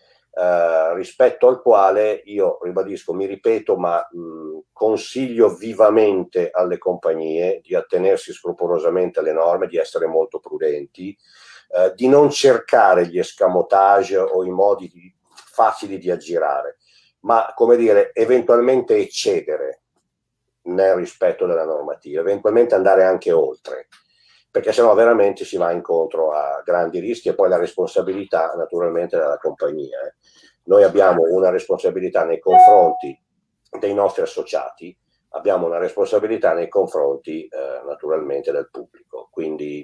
rispetto al quale io ribadisco, mi ripeto, ma consiglio vivamente alle compagnie di attenersi scrupolosamente alle norme, di essere molto prudenti, di non cercare gli escamotage o i modi facili di aggirare, ma come dire, eventualmente eccedere nel rispetto della normativa, eventualmente andare anche oltre, perché sennò veramente si va incontro a grandi rischi e poi la responsabilità naturalmente della compagnia. Noi abbiamo una responsabilità nei confronti dei nostri associati, abbiamo una responsabilità nei confronti naturalmente del pubblico, quindi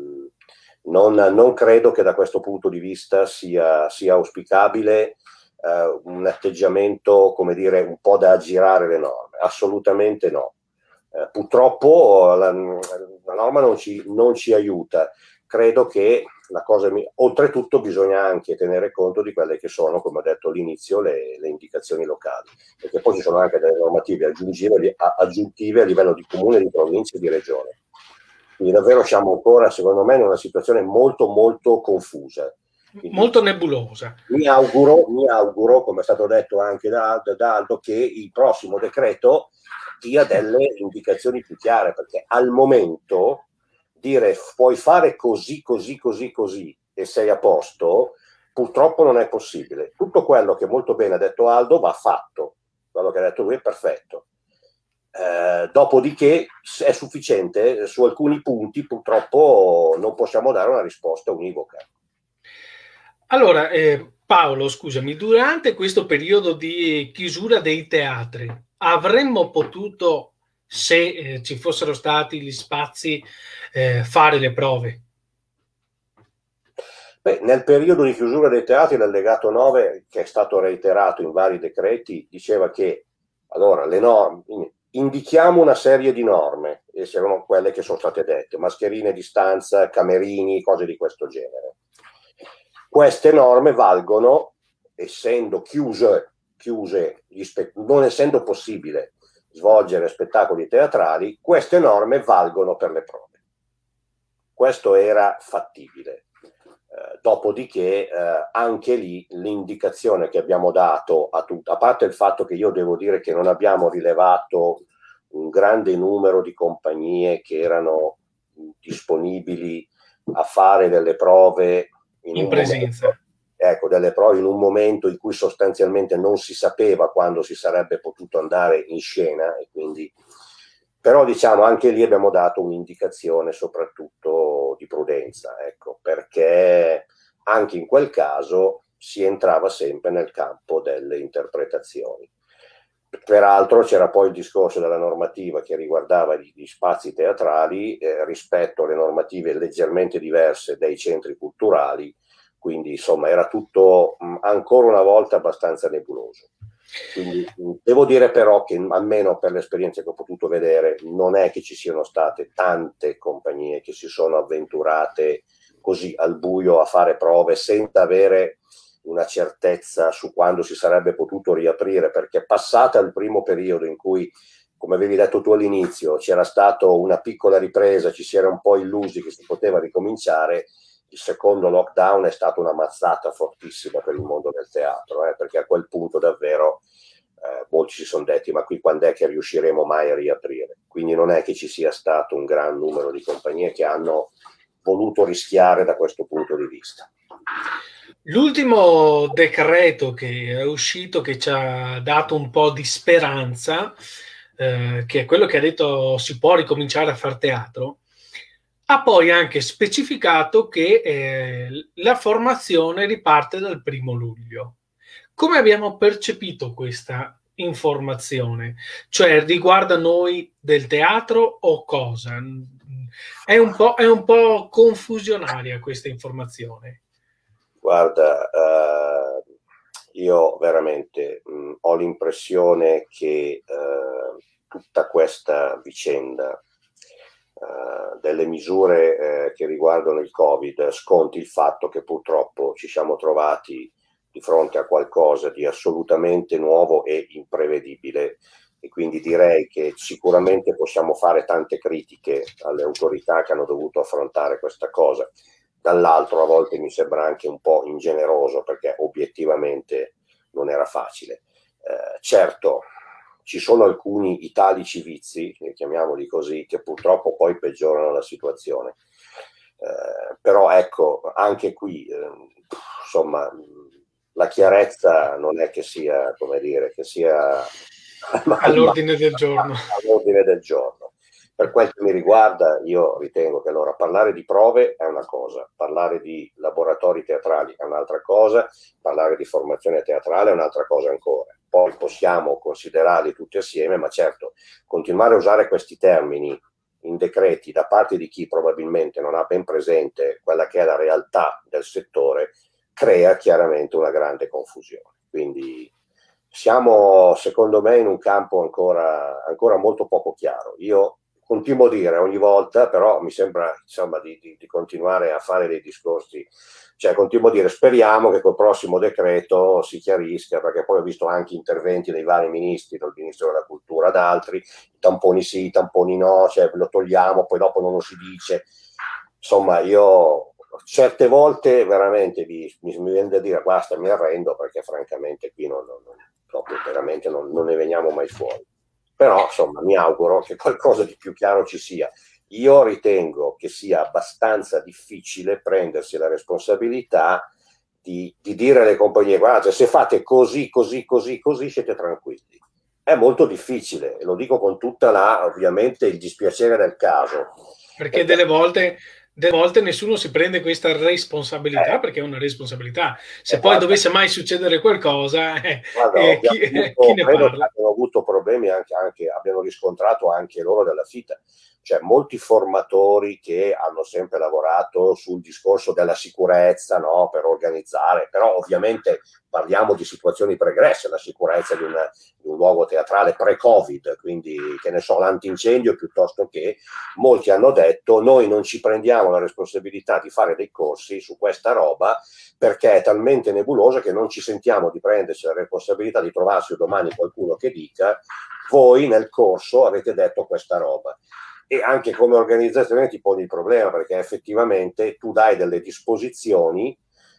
non credo che da questo punto di vista sia auspicabile un atteggiamento, come dire, un po' da aggirare le norme, assolutamente no. Purtroppo la norma non ci aiuta. Credo che la cosa, oltretutto bisogna anche tenere conto di quelle che sono, come ho detto all'inizio, le indicazioni locali, perché poi ci sono anche delle normative aggiuntive a livello di comune, di provincia e di regione. Quindi davvero siamo ancora, secondo me, in una situazione molto molto confusa. Quindi, molto nebulosa. Mi auguro, come è stato detto anche da Aldo, che il prossimo decreto dia delle indicazioni più chiare, perché al momento dire puoi fare così e sei a posto, purtroppo non è possibile. Tutto quello che molto bene ha detto Aldo va fatto, quello che ha detto lui è perfetto. Dopodiché è sufficiente, su alcuni punti purtroppo non possiamo dare una risposta univoca. Allora, Paolo, scusami, durante questo periodo di chiusura dei teatri avremmo potuto, se ci fossero stati gli spazi, fare le prove? Beh, nel periodo di chiusura dei teatri l'allegato 9, che è stato reiterato in vari decreti, diceva che allora le norme, indichiamo una serie di norme, e c'erano quelle che sono state dette, mascherine, distanza, camerini, cose di questo genere. queste norme valgono, essendo chiuse non essendo possibile svolgere spettacoli teatrali, queste norme valgono per le prove. Questo era fattibile. Dopodiché anche lì l'indicazione che abbiamo dato a parte il fatto che io devo dire che non abbiamo rilevato un grande numero di compagnie che erano disponibili a fare delle prove in presenza. Delle prove in un momento in cui sostanzialmente non si sapeva quando si sarebbe potuto andare in scena, e quindi però diciamo anche lì abbiamo dato un'indicazione soprattutto di prudenza, ecco, perché anche in quel caso si entrava sempre nel campo delle interpretazioni. Peraltro c'era poi il discorso della normativa che riguardava gli spazi teatrali rispetto alle normative leggermente diverse dei centri culturali, quindi insomma era tutto ancora una volta abbastanza nebuloso. Quindi devo dire però che almeno per l'esperienza che ho potuto vedere non è che ci siano state tante compagnie che si sono avventurate così al buio a fare prove senza avere una certezza su quando si sarebbe potuto riaprire, perché passata il primo periodo in cui, come avevi detto tu all'inizio, c'era stata una piccola ripresa, ci si era un po' illusi che si poteva ricominciare, il secondo lockdown è stata una mazzata fortissima per il mondo del teatro, perché a quel punto davvero molti si sono detti ma qui quando è che riusciremo mai a riaprire? Quindi non è che ci sia stato un gran numero di compagnie che hanno voluto rischiare da questo punto di vista. L'ultimo decreto che è uscito, che ci ha dato un po' di speranza, che è quello che ha detto si può ricominciare a far teatro, ha poi anche specificato che la formazione riparte dal 1° luglio. Come abbiamo percepito questa informazione? Cioè riguarda noi del teatro o cosa? È un po' confusionaria questa informazione. Guarda, io veramente ho l'impressione che tutta questa vicenda delle misure che riguardano il Covid sconti il fatto che purtroppo ci siamo trovati di fronte a qualcosa di assolutamente nuovo e imprevedibile, e quindi direi che sicuramente possiamo fare tante critiche alle autorità che hanno dovuto affrontare questa cosa. Dall'altro a volte mi sembra anche un po' ingeneroso, perché obiettivamente non era facile. Certo, ci sono alcuni italici vizi, chiamiamoli così, che purtroppo poi peggiorano la situazione. Però ecco, anche qui, insomma, la chiarezza non è che sia, come dire, che sia all'ordine del giorno. All'ordine del giorno. Per quel che mi riguarda, io ritengo che allora parlare di prove è una cosa, parlare di laboratori teatrali è un'altra cosa, parlare di formazione teatrale è un'altra cosa ancora. Poi possiamo considerarli tutti assieme, ma certo, continuare a usare questi termini in decreti da parte di chi probabilmente non ha ben presente quella che è la realtà del settore crea chiaramente una grande confusione. Quindi siamo, secondo me, in un campo ancora molto poco chiaro. Io continuo a dire ogni volta, però mi sembra insomma di continuare a fare dei discorsi, cioè continuo a dire speriamo che col prossimo decreto si chiarisca, perché poi ho visto anche interventi dei vari ministri, dal ministro della cultura ad altri, i tamponi sì, i tamponi no, cioè lo togliamo, poi dopo non lo si dice. Insomma, io certe volte veramente mi viene da dire basta, mi arrendo, perché francamente qui veramente non ne veniamo mai fuori. Però insomma mi auguro che qualcosa di più chiaro ci sia. Io ritengo che sia abbastanza difficile prendersi la responsabilità di dire alle compagnie guardate, se fate così siete tranquilli. È molto difficile, e lo dico con tutta ovviamente il dispiacere del caso. Perché delle volte nessuno si prende questa responsabilità, perché è una responsabilità. Se poi dovesse mai succedere qualcosa, chi ne parla? Abbiamo avuto problemi abbiamo riscontrato anche loro della FITA. Cioè molti formatori che hanno sempre lavorato sul discorso della sicurezza, no, per organizzare, però ovviamente parliamo di situazioni pregresse, la sicurezza di un luogo teatrale pre-Covid, quindi che ne so, l'antincendio, piuttosto che molti hanno detto noi non ci prendiamo prendiamo la responsabilità di fare dei corsi su questa roba, perché è talmente nebulosa che non ci sentiamo di prenderci la responsabilità di trovarsi domani qualcuno che dica: voi nel corso avete detto questa roba. E anche come organizzazione ti poni il problema, perché effettivamente tu dai delle disposizioni,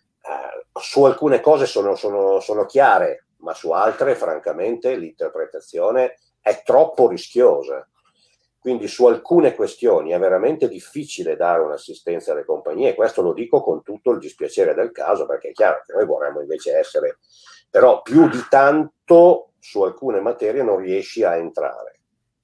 su alcune cose sono chiare, ma su altre francamente l'interpretazione è troppo rischiosa. Quindi su alcune questioni è veramente difficile dare un'assistenza alle compagnie, questo lo dico con tutto il dispiacere del caso, perché è chiaro che noi vorremmo invece essere, però più di tanto su alcune materie non riesci a entrare.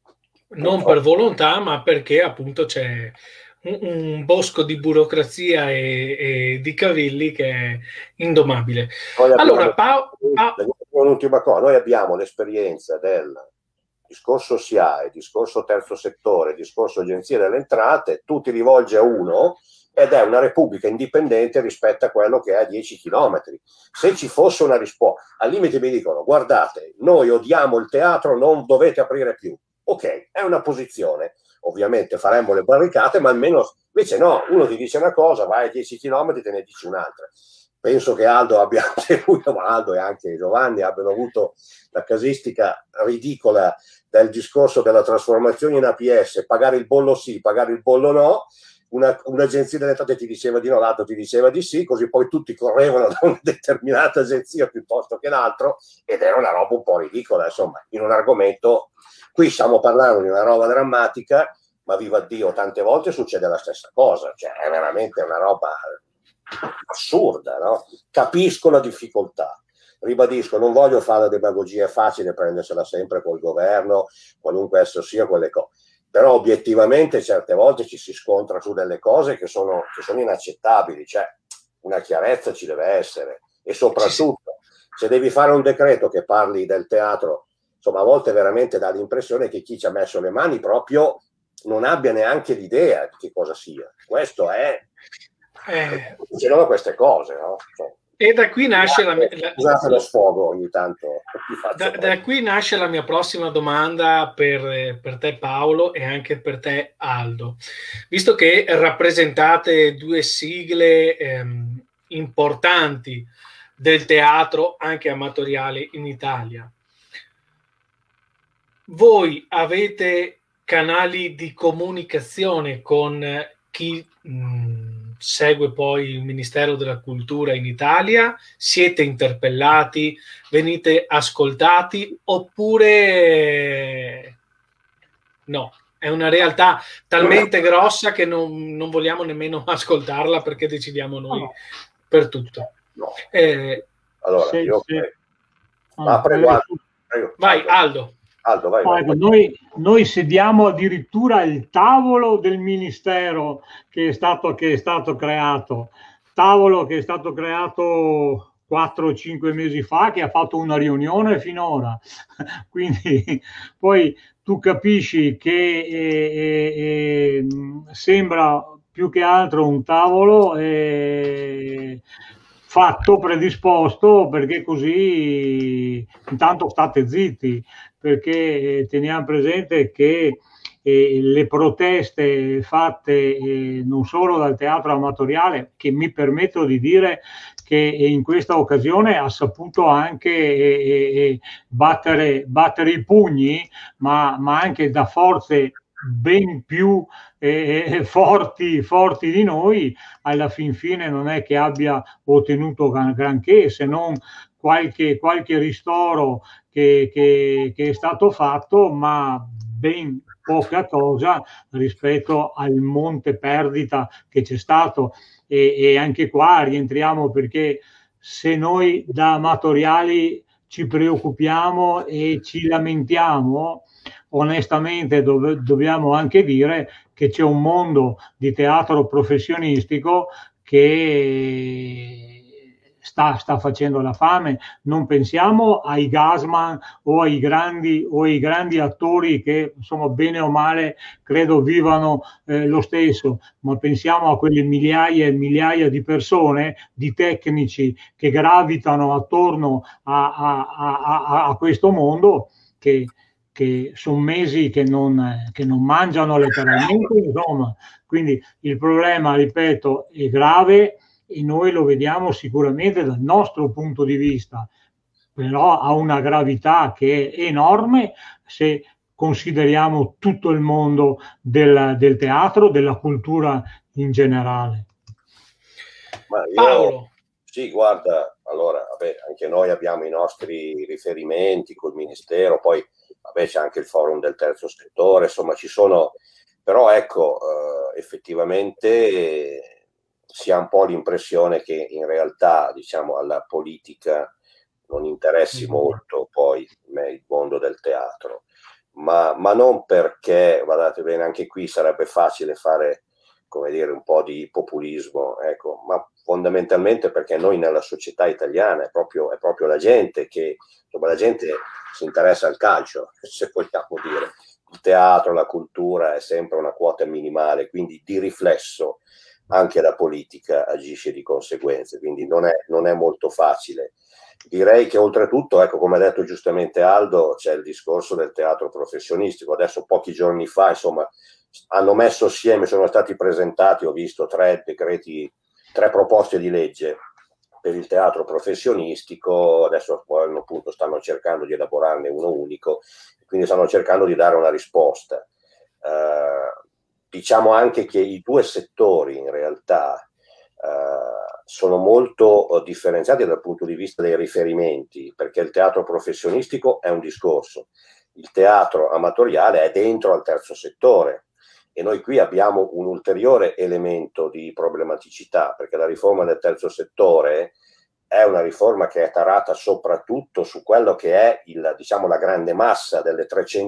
Non per volontà, ma perché appunto c'è un bosco di burocrazia e di cavilli che è indomabile. Allora, un'ultima cosa, noi abbiamo l'esperienza del discorso SIAE, discorso terzo settore, discorso agenzia delle entrate, tu ti rivolgi a uno ed è una repubblica indipendente rispetto a quello che è a 10 chilometri. Se ci fosse una risposta, al limite mi dicono: guardate, noi odiamo il teatro, non dovete aprire più. Ok, è una posizione, ovviamente faremmo le barricate, ma almeno, invece no, uno ti dice una cosa, vai a 10 km, te ne dici un'altra. Penso che Aldo e anche Giovanni abbiano avuto la casistica ridicola del discorso della trasformazione in APS, pagare il bollo sì, pagare il bollo no. Un'agenzia delle entrate ti diceva di no, l'altro ti diceva di sì, così poi tutti correvano da una determinata agenzia piuttosto che l'altro, ed era una roba un po' ridicola, insomma, in un argomento. Qui stiamo parlando di una roba drammatica, ma viva Dio, tante volte succede la stessa cosa, cioè è veramente una roba assurda, no? Capisco la difficoltà, ribadisco, non voglio fare la demagogia, è facile prendersela sempre col governo, qualunque esso sia, quelle cose, però obiettivamente certe volte ci si scontra su delle cose che sono inaccettabili, cioè una chiarezza ci deve essere, e soprattutto se devi fare un decreto che parli del teatro, insomma a volte veramente dà l'impressione che chi ci ha messo le mani proprio non abbia neanche l'idea di che cosa sia. Questo è c'erano queste cose, no? E da qui nasce scusate lo sfogo ogni tanto. Da qui nasce la mia prossima domanda per te Paolo e anche per te Aldo. Visto che rappresentate due sigle importanti del teatro anche amatoriale in Italia, voi avete canali di comunicazione con chi segue poi il Ministero della Cultura in Italia? Siete interpellati? Venite ascoltati? Oppure no? È una realtà talmente grossa che non vogliamo nemmeno ascoltarla, perché decidiamo noi per tutto. No. Allora, prego. Vai Aldo. Aldo, vai. Noi sediamo addirittura il tavolo del Ministero che è stato creato, tavolo che è stato creato 4 o 5 mesi fa, che ha fatto una riunione finora. Quindi poi tu capisci che sembra più che altro un tavolo fatto, predisposto, perché così intanto state zitti, perché teniamo presente che le proteste fatte non solo dal teatro amatoriale, che mi permetto di dire che in questa occasione ha saputo anche battere i pugni, ma anche da forze ben più forti di noi, alla fin fine non è che abbia ottenuto granché, se non qualche ristoro che è stato fatto, ma ben poca cosa rispetto al monte perdita che c'è stato. E anche qua rientriamo, perché se noi da amatoriali ci preoccupiamo e ci lamentiamo, onestamente dobbiamo anche dire che c'è un mondo di teatro professionistico che sta facendo la fame. Non pensiamo ai Gassman o ai grandi attori che, insomma, bene o male credo vivano lo stesso, ma pensiamo a quelle migliaia e migliaia di persone, di tecnici che gravitano attorno a questo mondo, che che sono mesi che non mangiano letteralmente, insomma. Quindi il problema, ripeto, è grave e noi lo vediamo sicuramente dal nostro punto di vista, però ha una gravità che è enorme se consideriamo tutto il mondo del teatro, della cultura in generale. Ma io, Paolo. sì, guarda, allora, vabbè, anche noi abbiamo i nostri riferimenti col Ministero, poi vabbè, c'è anche il forum del terzo settore, insomma ci sono, però ecco, effettivamente si ha un po' l'impressione che in realtà, diciamo, alla politica non interessi molto poi il mondo del teatro, ma non perché, guardate bene, anche qui sarebbe facile fare, come dire, un po' di populismo, ecco, ma fondamentalmente perché noi nella società italiana è proprio la gente che, insomma, la gente si interessa al calcio, se vogliamo dire. Il teatro, la cultura è sempre una quota minimale, quindi di riflesso anche la politica agisce di conseguenza, quindi non è molto facile. Direi che oltretutto, ecco, come ha detto giustamente Aldo, c'è il discorso del teatro professionistico. Adesso pochi giorni fa, insomma, hanno messo assieme, sono stati presentati, ho visto, 3 proposte di legge per il teatro professionistico. Adesso appunto stanno cercando di elaborarne uno unico, quindi stanno cercando di dare una risposta. Diciamo anche che i due settori in realtà sono molto differenziati dal punto di vista dei riferimenti, perché il teatro professionistico è un discorso, il teatro amatoriale è dentro al terzo settore, e noi qui abbiamo un ulteriore elemento di problematicità, perché la riforma del terzo settore è una riforma che è tarata soprattutto su quello che è diciamo, la grande massa delle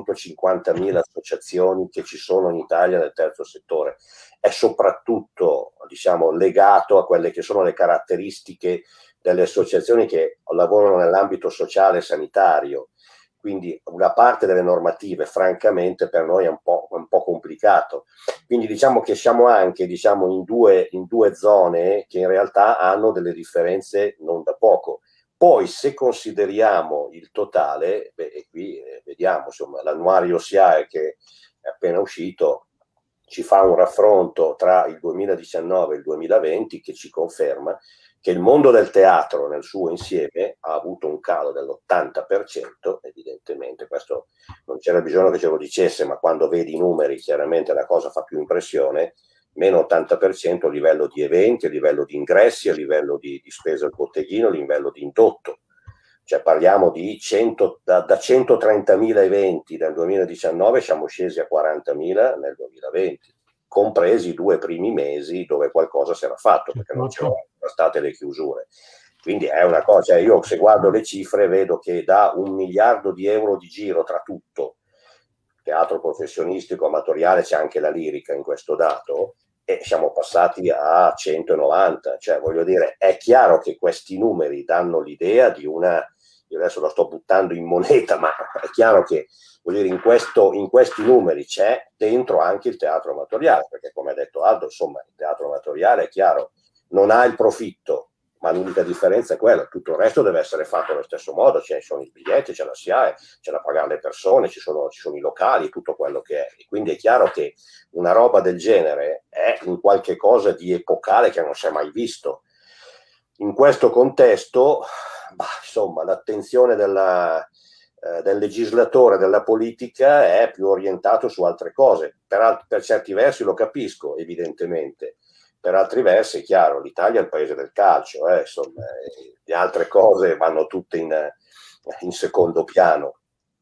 350.000 associazioni che ci sono in Italia nel terzo settore. È soprattutto, diciamo, legato a quelle che sono le caratteristiche delle associazioni che lavorano nell'ambito sociale e sanitario. Quindi una parte delle normative, francamente, per noi è un po' complicato. Quindi diciamo che siamo anche, diciamo, in due zone che in realtà hanno delle differenze non da poco. Poi se consideriamo il totale, e qui vediamo, insomma, l'annuario SIAE che è appena uscito ci fa un raffronto tra il 2019 e il 2020 che ci conferma che il mondo del teatro nel suo insieme ha avuto un calo dell'80%, evidentemente, questo non c'era bisogno che ce lo dicesse, ma quando vedi i numeri chiaramente la cosa fa più impressione, meno 80% a livello di eventi, a livello di ingressi, a livello di spesa al botteghino, a livello di indotto. Cioè parliamo di da 130.000 eventi nel 2019 siamo scesi a 40.000 nel 2020, compresi i 2 primi mesi dove qualcosa si era fatto, perché non c'erano state le chiusure. Quindi è una cosa, io se guardo le cifre vedo che da 1 miliardo di euro di giro tra tutto, teatro professionistico, amatoriale, c'è anche la lirica in questo dato, e siamo passati a 190, cioè voglio dire, è chiaro che questi numeri danno l'idea di una, io adesso la sto buttando in moneta, ma è chiaro che, voglio dire, in questi numeri c'è dentro anche il teatro amatoriale, perché come ha detto Aldo, insomma, il teatro amatoriale è chiaro, non ha il profitto, ma l'unica differenza è quella, tutto il resto deve essere fatto allo stesso modo, ci sono i biglietti, c'è la SIAE, c'è da pagare le persone, ci sono i locali, tutto quello che è. E quindi è chiaro che una roba del genere è un qualche cosa di epocale che non si è mai visto. In questo contesto, insomma, l'attenzione del legislatore, della politica è più orientato su altre cose. Per certi versi lo capisco, evidentemente. Per altri versi è chiaro, l'Italia è il paese del calcio, insomma, le altre cose vanno tutte in secondo piano.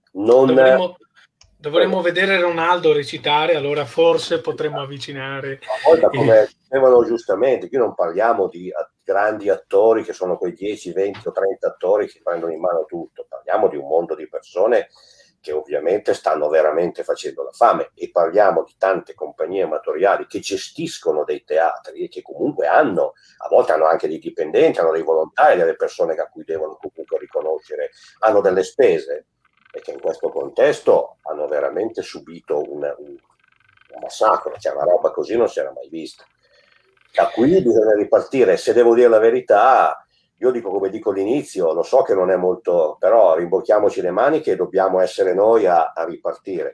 Dovremmo vedere Ronaldo recitare, allora forse potremmo avvicinare. Ma poi, come dicevano giustamente, qui non parliamo di grandi attori che sono quei 10, 20 o 30 attori che prendono in mano tutto, parliamo di un mondo di persone che ovviamente stanno veramente facendo la fame, e parliamo di tante compagnie amatoriali che gestiscono dei teatri e che comunque a volte hanno anche dei dipendenti, hanno dei volontari, delle persone a cui devono comunque riconoscere, hanno delle spese, e che in questo contesto hanno veramente subito un massacro, cioè una roba così non si era mai vista. Da qui bisogna ripartire. Se devo dire la verità, io dico come dico all'inizio, lo so che non è molto, però rimbocchiamoci le maniche e dobbiamo essere noi a ripartire.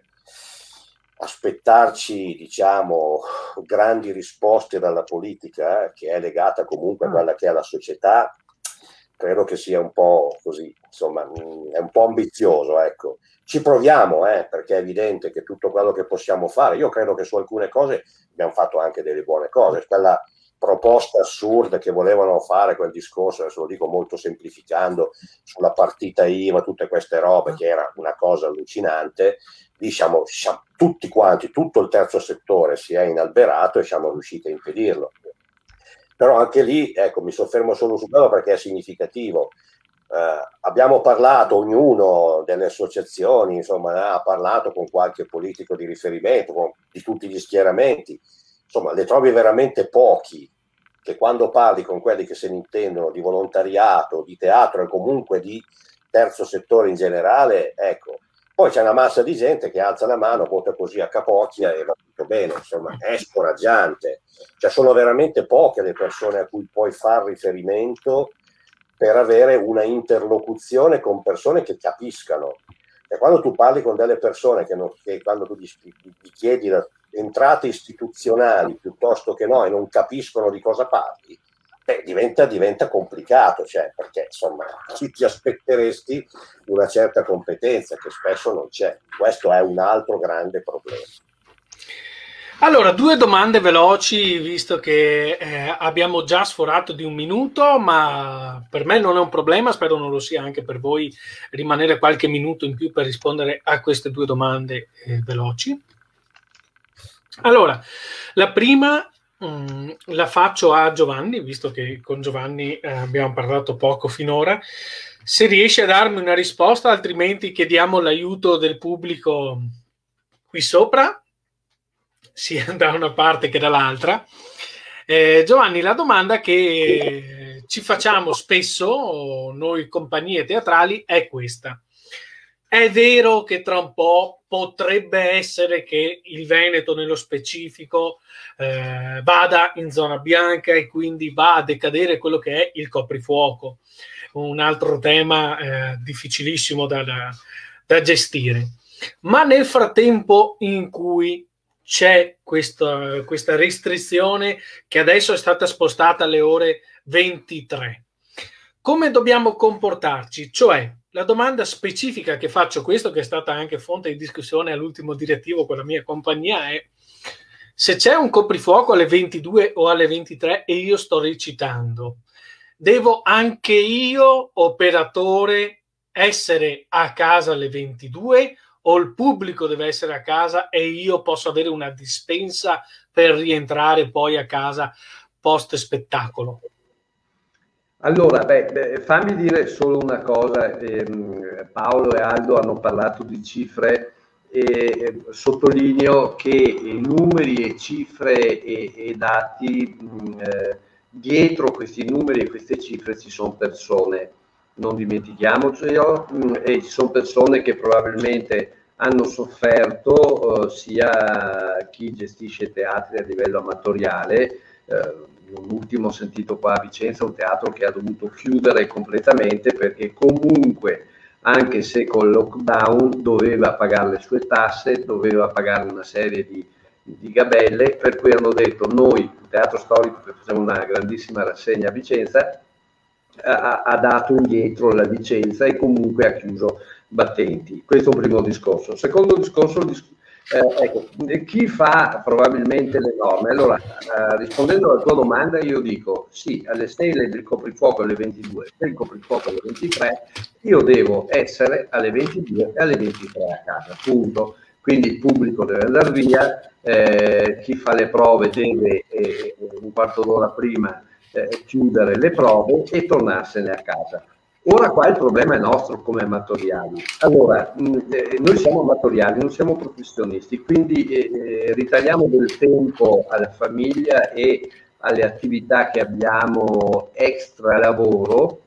Aspettarci, diciamo, grandi risposte dalla politica, che è legata comunque a quella che è la società, credo che sia un po' così, insomma, è un po' ambizioso, ecco. Ci proviamo, perché è evidente che tutto quello che possiamo fare, io credo che su alcune cose abbiamo fatto anche delle buone cose. Quella proposta assurda che volevano fare, quel discorso, adesso lo dico molto semplificando, sulla partita IVA, tutte queste robe, che era una cosa allucinante, diciamo tutti quanti, tutto il terzo settore si è inalberato e siamo riusciti a impedirlo. Però anche lì, ecco, mi soffermo solo su quello perché è significativo. Abbiamo parlato, ognuno delle associazioni, insomma, ha parlato con qualche politico di riferimento, di tutti gli schieramenti, insomma, le trovi veramente pochi che quando parli con quelli che se ne intendono di volontariato, di teatro e comunque di terzo settore in generale, ecco. Poi c'è una massa di gente che alza la mano, vota così a capocchia e va tutto bene, insomma, è scoraggiante. Cioè sono veramente poche le persone a cui puoi far riferimento per avere una interlocuzione con persone che capiscano. E quando tu parli con delle persone che quando tu gli chiedi entrate istituzionali piuttosto che no e non capiscono di cosa parli, diventa complicato, cioè, perché insomma ti aspetteresti una certa competenza che spesso non c'è. Questo è un altro grande problema. Allora, 2 domande veloci, visto che abbiamo già sforato di 1 minuto, ma per me non è un problema, spero non lo sia anche per voi, rimanere qualche minuto in più per rispondere a queste 2 domande veloci. Allora, la prima la faccio a Giovanni, visto che con Giovanni abbiamo parlato poco finora. Se riesce a darmi una risposta, altrimenti chiediamo l'aiuto del pubblico qui sopra, sia da una parte che dall'altra. Giovanni, la domanda che ci facciamo spesso noi compagnie teatrali è questa: è vero che tra un po' potrebbe essere che il Veneto nello specifico vada in zona bianca e quindi va a decadere quello che è il coprifuoco, un altro tema difficilissimo da gestire, ma nel frattempo in cui c'è questa restrizione che adesso è stata spostata alle ore 23, come dobbiamo comportarci? Cioè, la domanda specifica che faccio, questo che è stata anche fonte di discussione all'ultimo direttivo con la mia compagnia, è: se c'è un coprifuoco alle 22 o alle 23 e io sto recitando, devo anche io, operatore, essere a casa alle 22 o il pubblico deve essere a casa e io posso avere una dispensa per rientrare poi a casa post spettacolo? Allora, fammi dire solo una cosa. Paolo e Aldo hanno parlato di cifre e sottolineo che numeri e cifre e dati, dietro questi numeri e queste cifre ci sono persone, non dimentichiamocelo, e ci sono persone che probabilmente hanno sofferto, sia chi gestisce teatri a livello amatoriale. L'ultimo ho sentito qua a Vicenza un teatro che ha dovuto chiudere completamente perché comunque, anche se col lockdown, doveva pagare le sue tasse, doveva pagare una serie di gabelle, per cui hanno detto: noi, il Teatro Storico, che facciamo una grandissima rassegna a Vicenza, ha dato indietro la licenza e comunque ha chiuso battenti. Questo è un primo discorso. Secondo discorso, ecco, chi fa probabilmente le norme? Allora, rispondendo alla tua domanda, io dico sì, alle stelle del coprifuoco alle 22 e il coprifuoco alle 23, io devo essere alle 22 e alle 23 a casa, punto. Quindi il pubblico deve andare via, chi fa le prove deve un quarto d'ora prima chiudere le prove e tornarsene a casa. Ora qua il problema è nostro come amatoriali. Allora, noi siamo amatoriali, non siamo professionisti, quindi ritagliamo del tempo alla famiglia e alle attività che abbiamo extra lavoro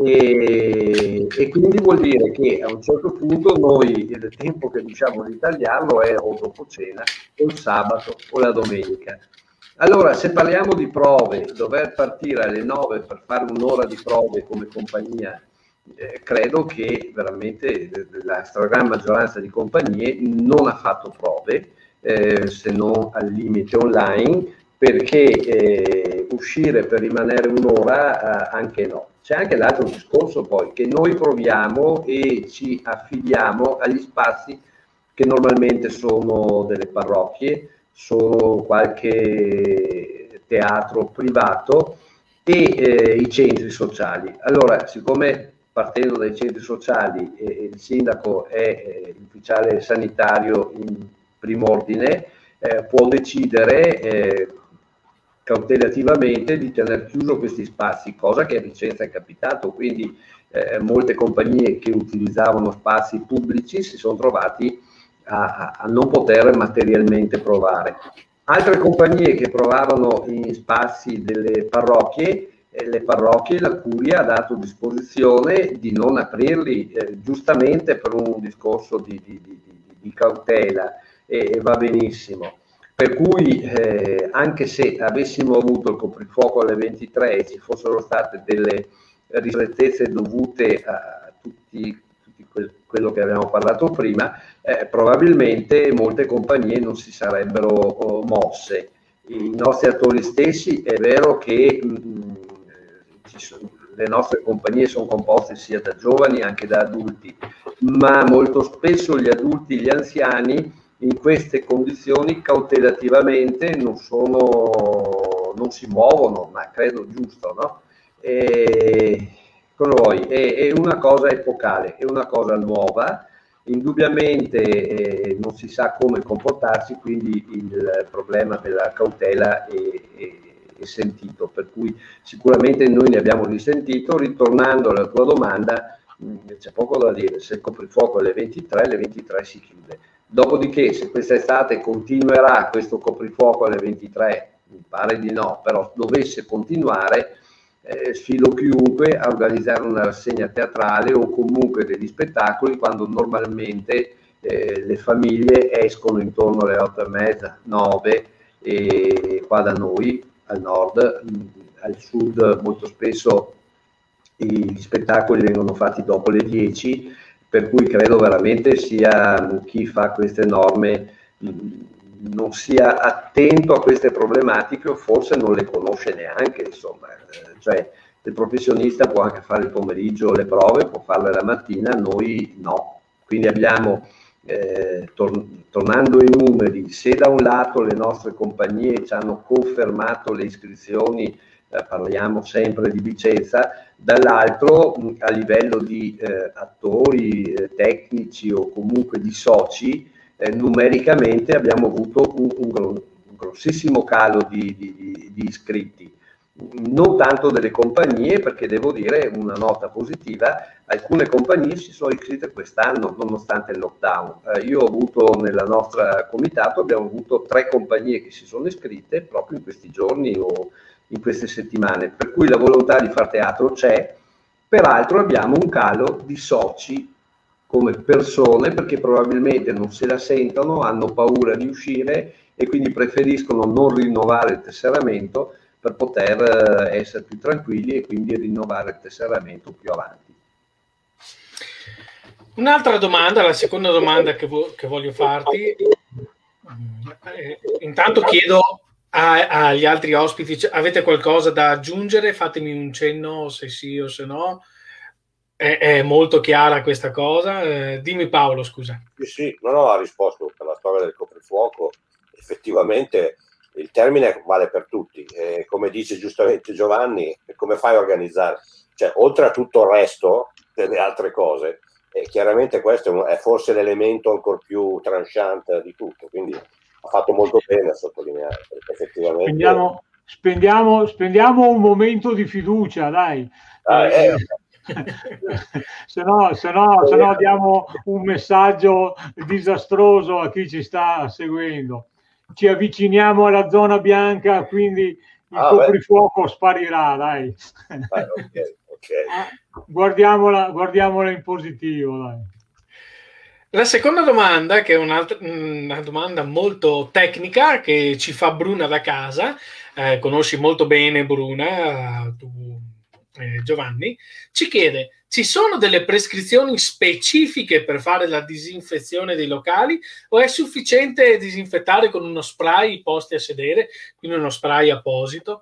e quindi vuol dire che a un certo punto noi il tempo che diciamo di tagliarlo è o dopo cena o il sabato o la domenica. Allora, se parliamo di prove, dover partire alle 9 per fare un'ora di prove come compagnia, credo che veramente la stragrande maggioranza di compagnie non ha fatto prove, se non al limite online, perché uscire per rimanere un'ora anche no. C'è anche l'altro discorso poi, che noi proviamo e ci affidiamo agli spazi che normalmente sono delle parrocchie, sono qualche teatro privato e i centri sociali. Allora, siccome partendo dai centri sociali il sindaco è l'ufficiale sanitario in primo ordine, può decidere cautelativamente di tenere chiuso questi spazi, cosa che a Vicenza è capitato, quindi molte compagnie che utilizzavano spazi pubblici si sono trovati a non poter materialmente provare. Altre compagnie che provavano in spazi delle parrocchie, le parrocchie, la curia ha dato disposizione di non aprirli, giustamente per un discorso di cautela, e va benissimo. Per cui anche se avessimo avuto il coprifuoco alle 23 e ci fossero state delle ristrettezze dovute a tutti quello che abbiamo parlato prima, probabilmente molte compagnie non si sarebbero mosse. I nostri attori stessi, è vero che le nostre compagnie sono composte sia da giovani che da adulti, ma molto spesso gli adulti e gli anziani in queste condizioni cautelativamente non si muovono, ma credo giusto, no? Come vuoi, è una cosa epocale, è una cosa nuova, indubbiamente non si sa come comportarsi, quindi il problema della cautela è sentito, per cui sicuramente noi ne abbiamo risentito. Ritornando alla tua domanda, c'è poco da dire, se il coprifuoco alle 23 si chiude. Dopodiché, se quest'estate continuerà questo coprifuoco alle 23, mi pare di no, però dovesse continuare, sfido chiunque a organizzare una rassegna teatrale o comunque degli spettacoli quando normalmente le famiglie escono intorno alle 8:30, 9, e qua da noi al nord, al sud molto spesso gli spettacoli vengono fatti dopo le 10, per cui credo veramente sia chi fa queste norme non sia attento a queste problematiche o forse non le conosce neanche, insomma, cioè il professionista può anche fare il pomeriggio le prove, può farle la mattina, noi no. Quindi abbiamo, tornando ai numeri, se da un lato le nostre compagnie ci hanno confermato le iscrizioni, parliamo sempre di Vicenza, dall'altro a livello di attori, tecnici o comunque di soci, numericamente abbiamo avuto un grossissimo calo di iscritti. Non tanto delle compagnie, perché devo dire una nota positiva, alcune compagnie si sono iscritte quest'anno nonostante il lockdown. Io ho avuto nella nostra comitato, abbiamo avuto 3 compagnie che si sono iscritte proprio in questi giorni o in queste settimane, per cui la volontà di far teatro c'è. Peraltro abbiamo un calo di soci come persone, perché probabilmente non se la sentono, hanno paura di uscire e quindi preferiscono non rinnovare il tesseramento per poter essere più tranquilli e quindi rinnovare il tesseramento più avanti. Un'altra domanda, la seconda domanda che voglio farti, intanto chiedo agli altri ospiti, avete qualcosa da aggiungere? Fatemi un cenno se sì o se no. È molto chiara questa cosa. Dimmi Paolo, scusa. Sì, no, ha risposto per la storia del coprifuoco. Effettivamente il termine vale per tutti. Come dice giustamente Giovanni, come fai a organizzare? Cioè, oltre a tutto il resto delle altre cose, chiaramente questo è forse l'elemento ancora più tranchant di tutto. Quindi ha fatto molto bene a sottolineare, perché effettivamente... Spendiamo un momento di fiducia, dai. Se no diamo un messaggio disastroso a chi ci sta seguendo. Ci avviciniamo alla zona bianca, quindi il coprifuoco sparirà, dai. Okay. Guardiamola in positivo, dai. La seconda domanda, che è una domanda molto tecnica che ci fa Bruna da casa, conosci molto bene Bruna, tu Giovanni, ci chiede: ci sono delle prescrizioni specifiche per fare la disinfezione dei locali o è sufficiente disinfettare con uno spray i posti a sedere, quindi uno spray apposito?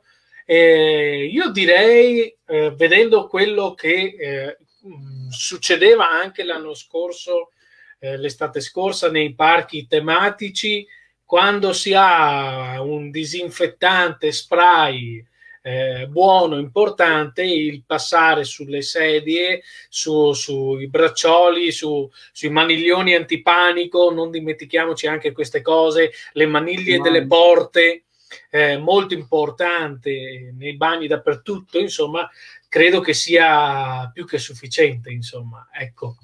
Io direi, vedendo quello che succedeva anche l'anno scorso, l'estate scorsa nei parchi tematici, quando si ha un disinfettante spray buono, importante, il passare sulle sedie, sui braccioli, sui maniglioni antipanico, non dimentichiamoci anche queste cose, le maniglie delle porte, molto importante, nei bagni dappertutto, insomma, credo che sia più che sufficiente, insomma, ecco.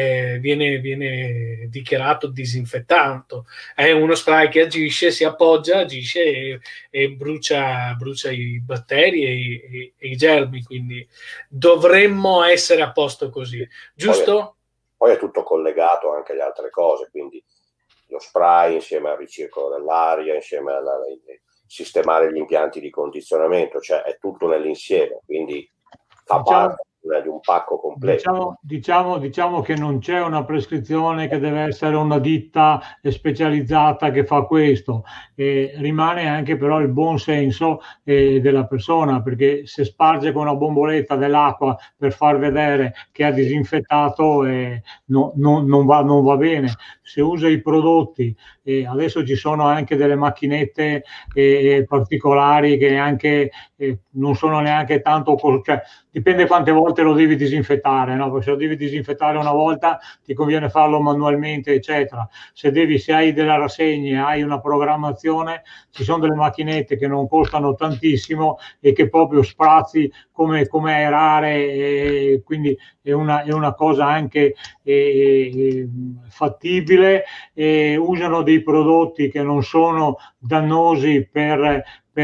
Viene dichiarato disinfettato, è uno spray che agisce, si appoggia, agisce e brucia i batteri e i germi, quindi dovremmo essere a posto così, giusto? Poi è tutto collegato anche alle altre cose, quindi lo spray insieme al ricircolo dell'aria, insieme a sistemare gli impianti di condizionamento, cioè è tutto nell'insieme, quindi fa parte di un pacco completo. Diciamo che non c'è una prescrizione che deve essere una ditta specializzata che fa questo, rimane anche però il buon senso della persona, perché se sparge con una bomboletta dell'acqua per far vedere che ha disinfettato non va bene. Se usa i prodotti, adesso ci sono anche delle macchinette particolari che anche non sono neanche tanto, cioè dipende quante volte lo devi disinfettare, no? Perché se lo devi disinfettare una volta ti conviene farlo manualmente, eccetera. Se hai delle rassegne, hai una programmazione, ci sono delle macchinette che non costano tantissimo e che proprio sprazzi come aerare, quindi è una cosa anche fattibile. Usano dei prodotti che non sono dannosi per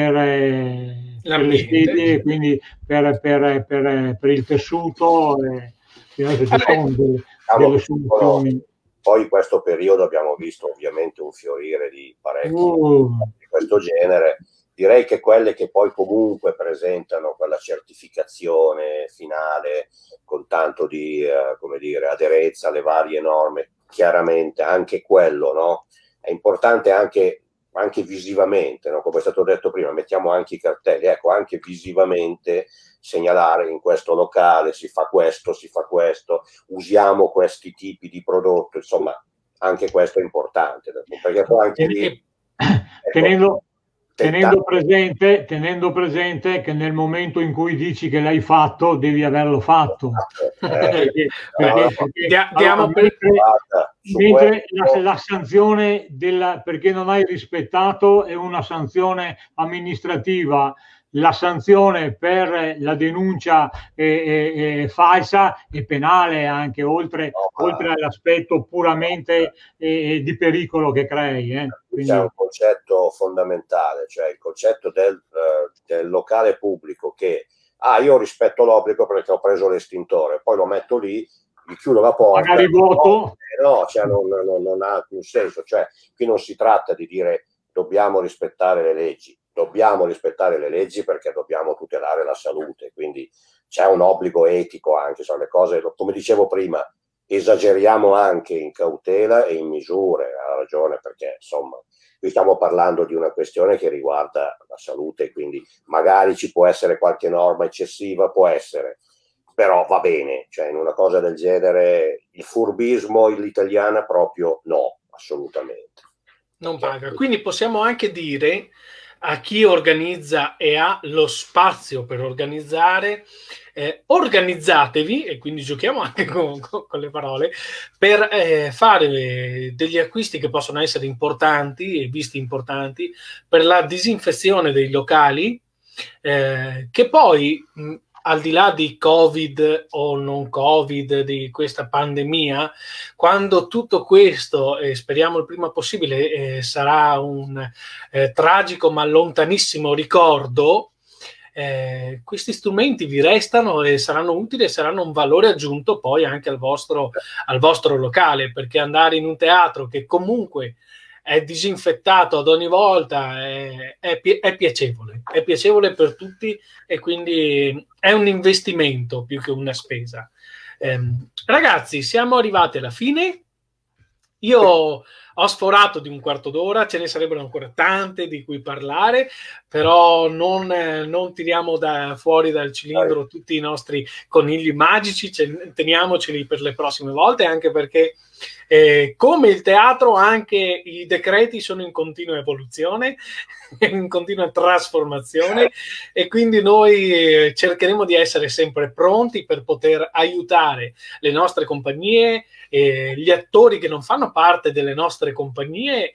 le sedie, quindi per il tessuto, ci sono delle soluzioni. Poi in questo periodo abbiamo visto ovviamente un fiorire di parecchi di questo genere. Direi che quelle che poi comunque presentano quella certificazione finale con tanto di come dire, aderenza alle varie norme, chiaramente anche quello, no? È importante anche visivamente, no? Come è stato detto prima, mettiamo anche i cartelli, ecco, anche visivamente segnalare: in questo locale si fa questo, usiamo questi tipi di prodotto, insomma, anche questo è importante, perché poi anche lì, tenendo presente che nel momento in cui dici che l'hai fatto, devi averlo fatto. Mentre la sanzione perché non hai rispettato è una sanzione amministrativa, la sanzione per la denuncia falsa è penale anche, oltre all'aspetto puramente di pericolo che crei. Quindi c'è un concetto fondamentale, cioè il concetto del locale pubblico che io rispetto l'obbligo perché ho preso l'estintore, poi lo metto lì, gli chiudo la porta, magari vuoto. No, cioè non ha alcun senso. Cioè, qui non si tratta di dire dobbiamo rispettare le leggi, dobbiamo rispettare le leggi perché dobbiamo tutelare la salute, quindi c'è un obbligo etico anche, sono le cose, come dicevo prima, esageriamo anche in cautela e in misure, ha ragione, perché insomma qui stiamo parlando di una questione che riguarda la salute, quindi magari ci può essere qualche norma eccessiva, può essere, però va bene, cioè in una cosa del genere il furbismo all'italiana proprio no, assolutamente. Non paga. Quindi possiamo anche dire a chi organizza e ha lo spazio per organizzare, organizzatevi, e quindi giochiamo anche con le parole, per fare degli acquisti che possono essere importanti e visti importanti per la disinfezione dei locali, che poi al di là di Covid o non Covid, di questa pandemia, quando tutto questo, speriamo il prima possibile, sarà un tragico ma lontanissimo ricordo, questi strumenti vi restano e saranno utili e saranno un valore aggiunto poi anche al vostro locale, perché andare in un teatro che comunque è disinfettato ad ogni volta è piacevole per tutti, e quindi è un investimento più che una spesa. Ragazzi, siamo arrivati alla fine. Io ho sforato di un quarto d'ora, ce ne sarebbero ancora tante di cui parlare, però non tiriamo fuori dal cilindro tutti i nostri conigli magici, teniamoceli per le prossime volte, anche perché come il teatro anche i decreti sono in continua evoluzione, in continua trasformazione, e quindi noi cercheremo di essere sempre pronti per poter aiutare le nostre compagnie, gli attori che non fanno parte delle nostre compagnie,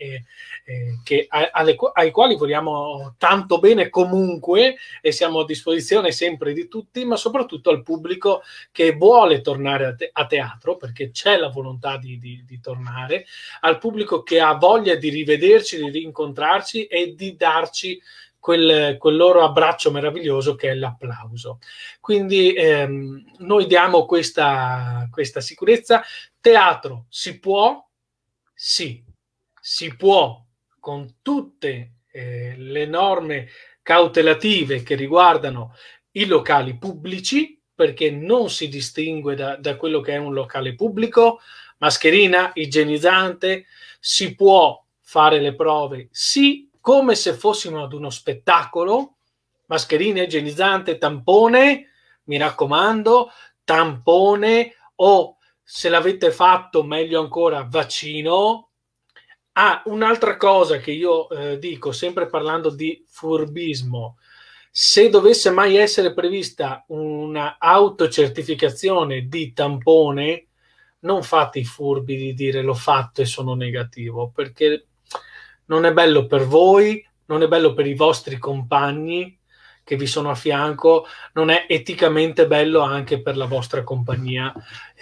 ai quali vogliamo tanto bene comunque, e siamo a disposizione sempre di tutti, ma soprattutto al pubblico che vuole tornare a teatro, perché c'è la volontà di tornare, al pubblico che ha voglia di rivederci, di rincontrarci e di darci quel loro abbraccio meraviglioso che è l'applauso. Quindi noi diamo questa sicurezza. Teatro si può? Sì, si può, con tutte le norme cautelative che riguardano i locali pubblici, perché non si distingue da quello che è un locale pubblico. Mascherina, igienizzante, si può fare le prove, sì, come se fossimo ad uno spettacolo. Mascherina, igienizzante, tampone, mi raccomando, tampone, o se l'avete fatto meglio ancora vaccino. Un'altra cosa che io dico, sempre parlando di furbismo: se dovesse mai essere prevista una autocertificazione di tampone, non fate i furbi di dire l'ho fatto e sono negativo, perché non è bello per voi, non è bello per i vostri compagni che vi sono a fianco, non è eticamente bello anche per la vostra compagnia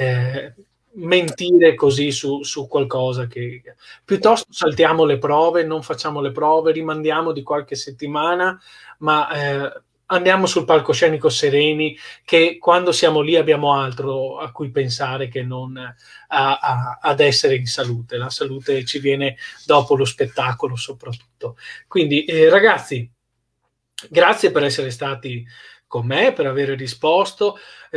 mentire così su qualcosa. Che piuttosto saltiamo le prove, non facciamo le prove, rimandiamo di qualche settimana, ma andiamo sul palcoscenico sereni, che quando siamo lì abbiamo altro a cui pensare che non ad essere in salute. La salute ci viene dopo lo spettacolo soprattutto. Quindi ragazzi, grazie per essere stati con me, per aver risposto.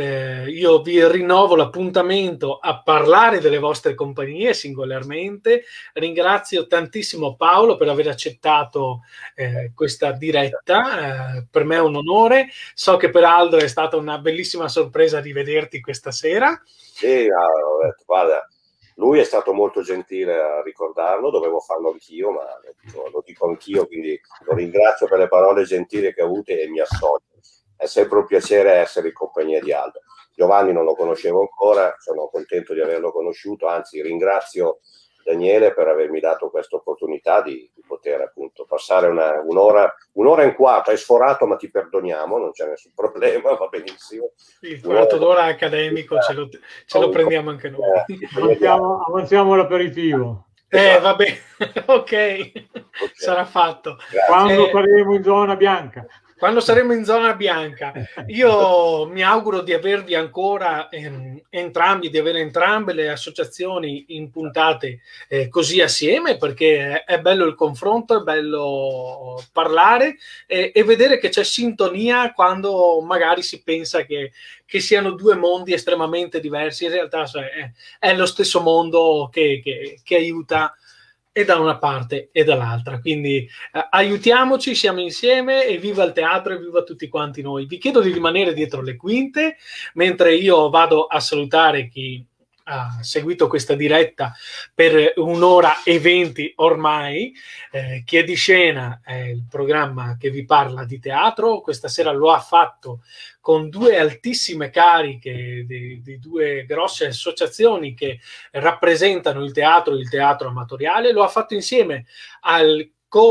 Io vi rinnovo l'appuntamento a parlare delle vostre compagnie singolarmente. Ringrazio tantissimo Paolo per aver accettato questa diretta, per me è un onore. So che per Aldo è stata una bellissima sorpresa rivederti questa sera. Sì, guarda, lui è stato molto gentile a ricordarlo, dovevo farlo anch'io, ma lo dico anch'io, quindi lo ringrazio per le parole gentili che ha avute e mi associo. È sempre un piacere essere in compagnia di Aldo. Giovanni non lo conoscevo ancora, sono contento di averlo conosciuto, anzi ringrazio Daniele per avermi dato questa opportunità di poter appunto passare un'ora e un quarto. Hai sforato, ma ti perdoniamo, non c'è nessun problema, va benissimo. Il quarto d'ora accademico ce lo prendiamo anche noi. Avanziamo l'aperitivo. Va bene, ok, sarà fatto. Quando saremo in zona bianca. Quando saremo in zona bianca, io mi auguro di avervi ancora entrambi, di avere entrambe le associazioni impuntate così assieme, perché è bello il confronto, è bello parlare e vedere che c'è sintonia quando magari si pensa che siano due mondi estremamente diversi. In realtà è lo stesso mondo che aiuta e da una parte e dall'altra, quindi aiutiamoci, siamo insieme, e viva il teatro e viva tutti quanti noi. Vi chiedo di rimanere dietro le quinte mentre io vado a salutare chi ha seguito questa diretta per 1 ora e 20 ormai. Chi è di scena è il programma che vi parla di teatro. Questa sera lo ha fatto con 2 altissime cariche di 2 grosse associazioni che rappresentano il teatro amatoriale. Lo ha fatto insieme al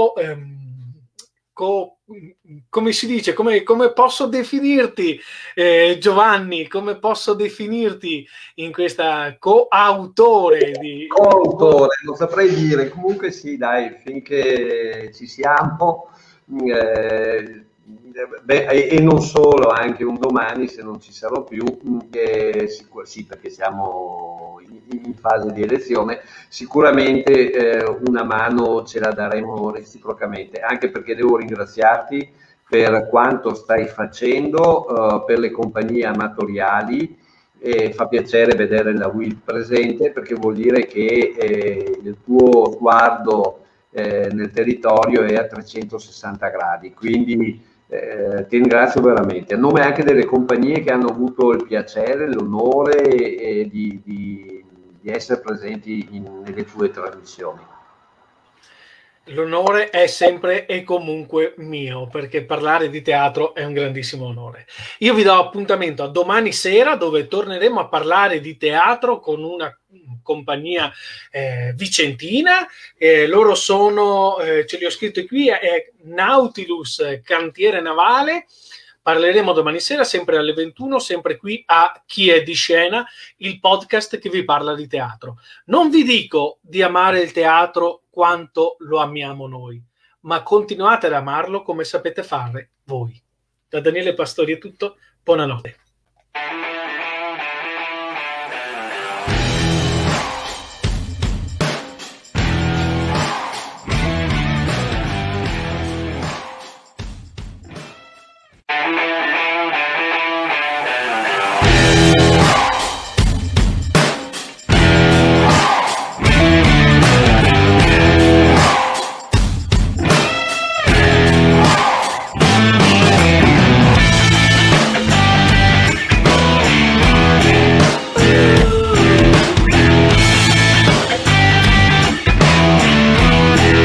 come si dice, come posso definirti, Giovanni, come posso definirti in questa coautore coautore, non saprei dire, comunque sì, dai, finché ci siamo, e non solo, anche un domani se non ci sarò più, sì, perché siamo in fase di elezione, sicuramente una mano ce la daremo reciprocamente, anche perché devo ringraziarti per quanto stai facendo per le compagnie amatoriali. E fa piacere vedere la WIL presente, perché vuol dire che il tuo sguardo nel territorio è a 360 gradi, quindi ti ringrazio veramente, a nome anche delle compagnie che hanno avuto il piacere, l'onore di essere presenti nelle tue trasmissioni. L'onore è sempre e comunque mio, perché parlare di teatro è un grandissimo onore. Io vi do appuntamento a domani sera, dove torneremo a parlare di teatro con una compagnia vicentina. Loro sono, ce li ho scritti qui, è Nautilus Cantiere Navale. Parleremo domani sera, sempre alle 21, sempre qui a Chi è di Scena, il podcast che vi parla di teatro. Non vi dico di amare il teatro quanto lo amiamo noi, ma continuate ad amarlo come sapete fare voi. Da Daniele Pastori è tutto, buonanotte.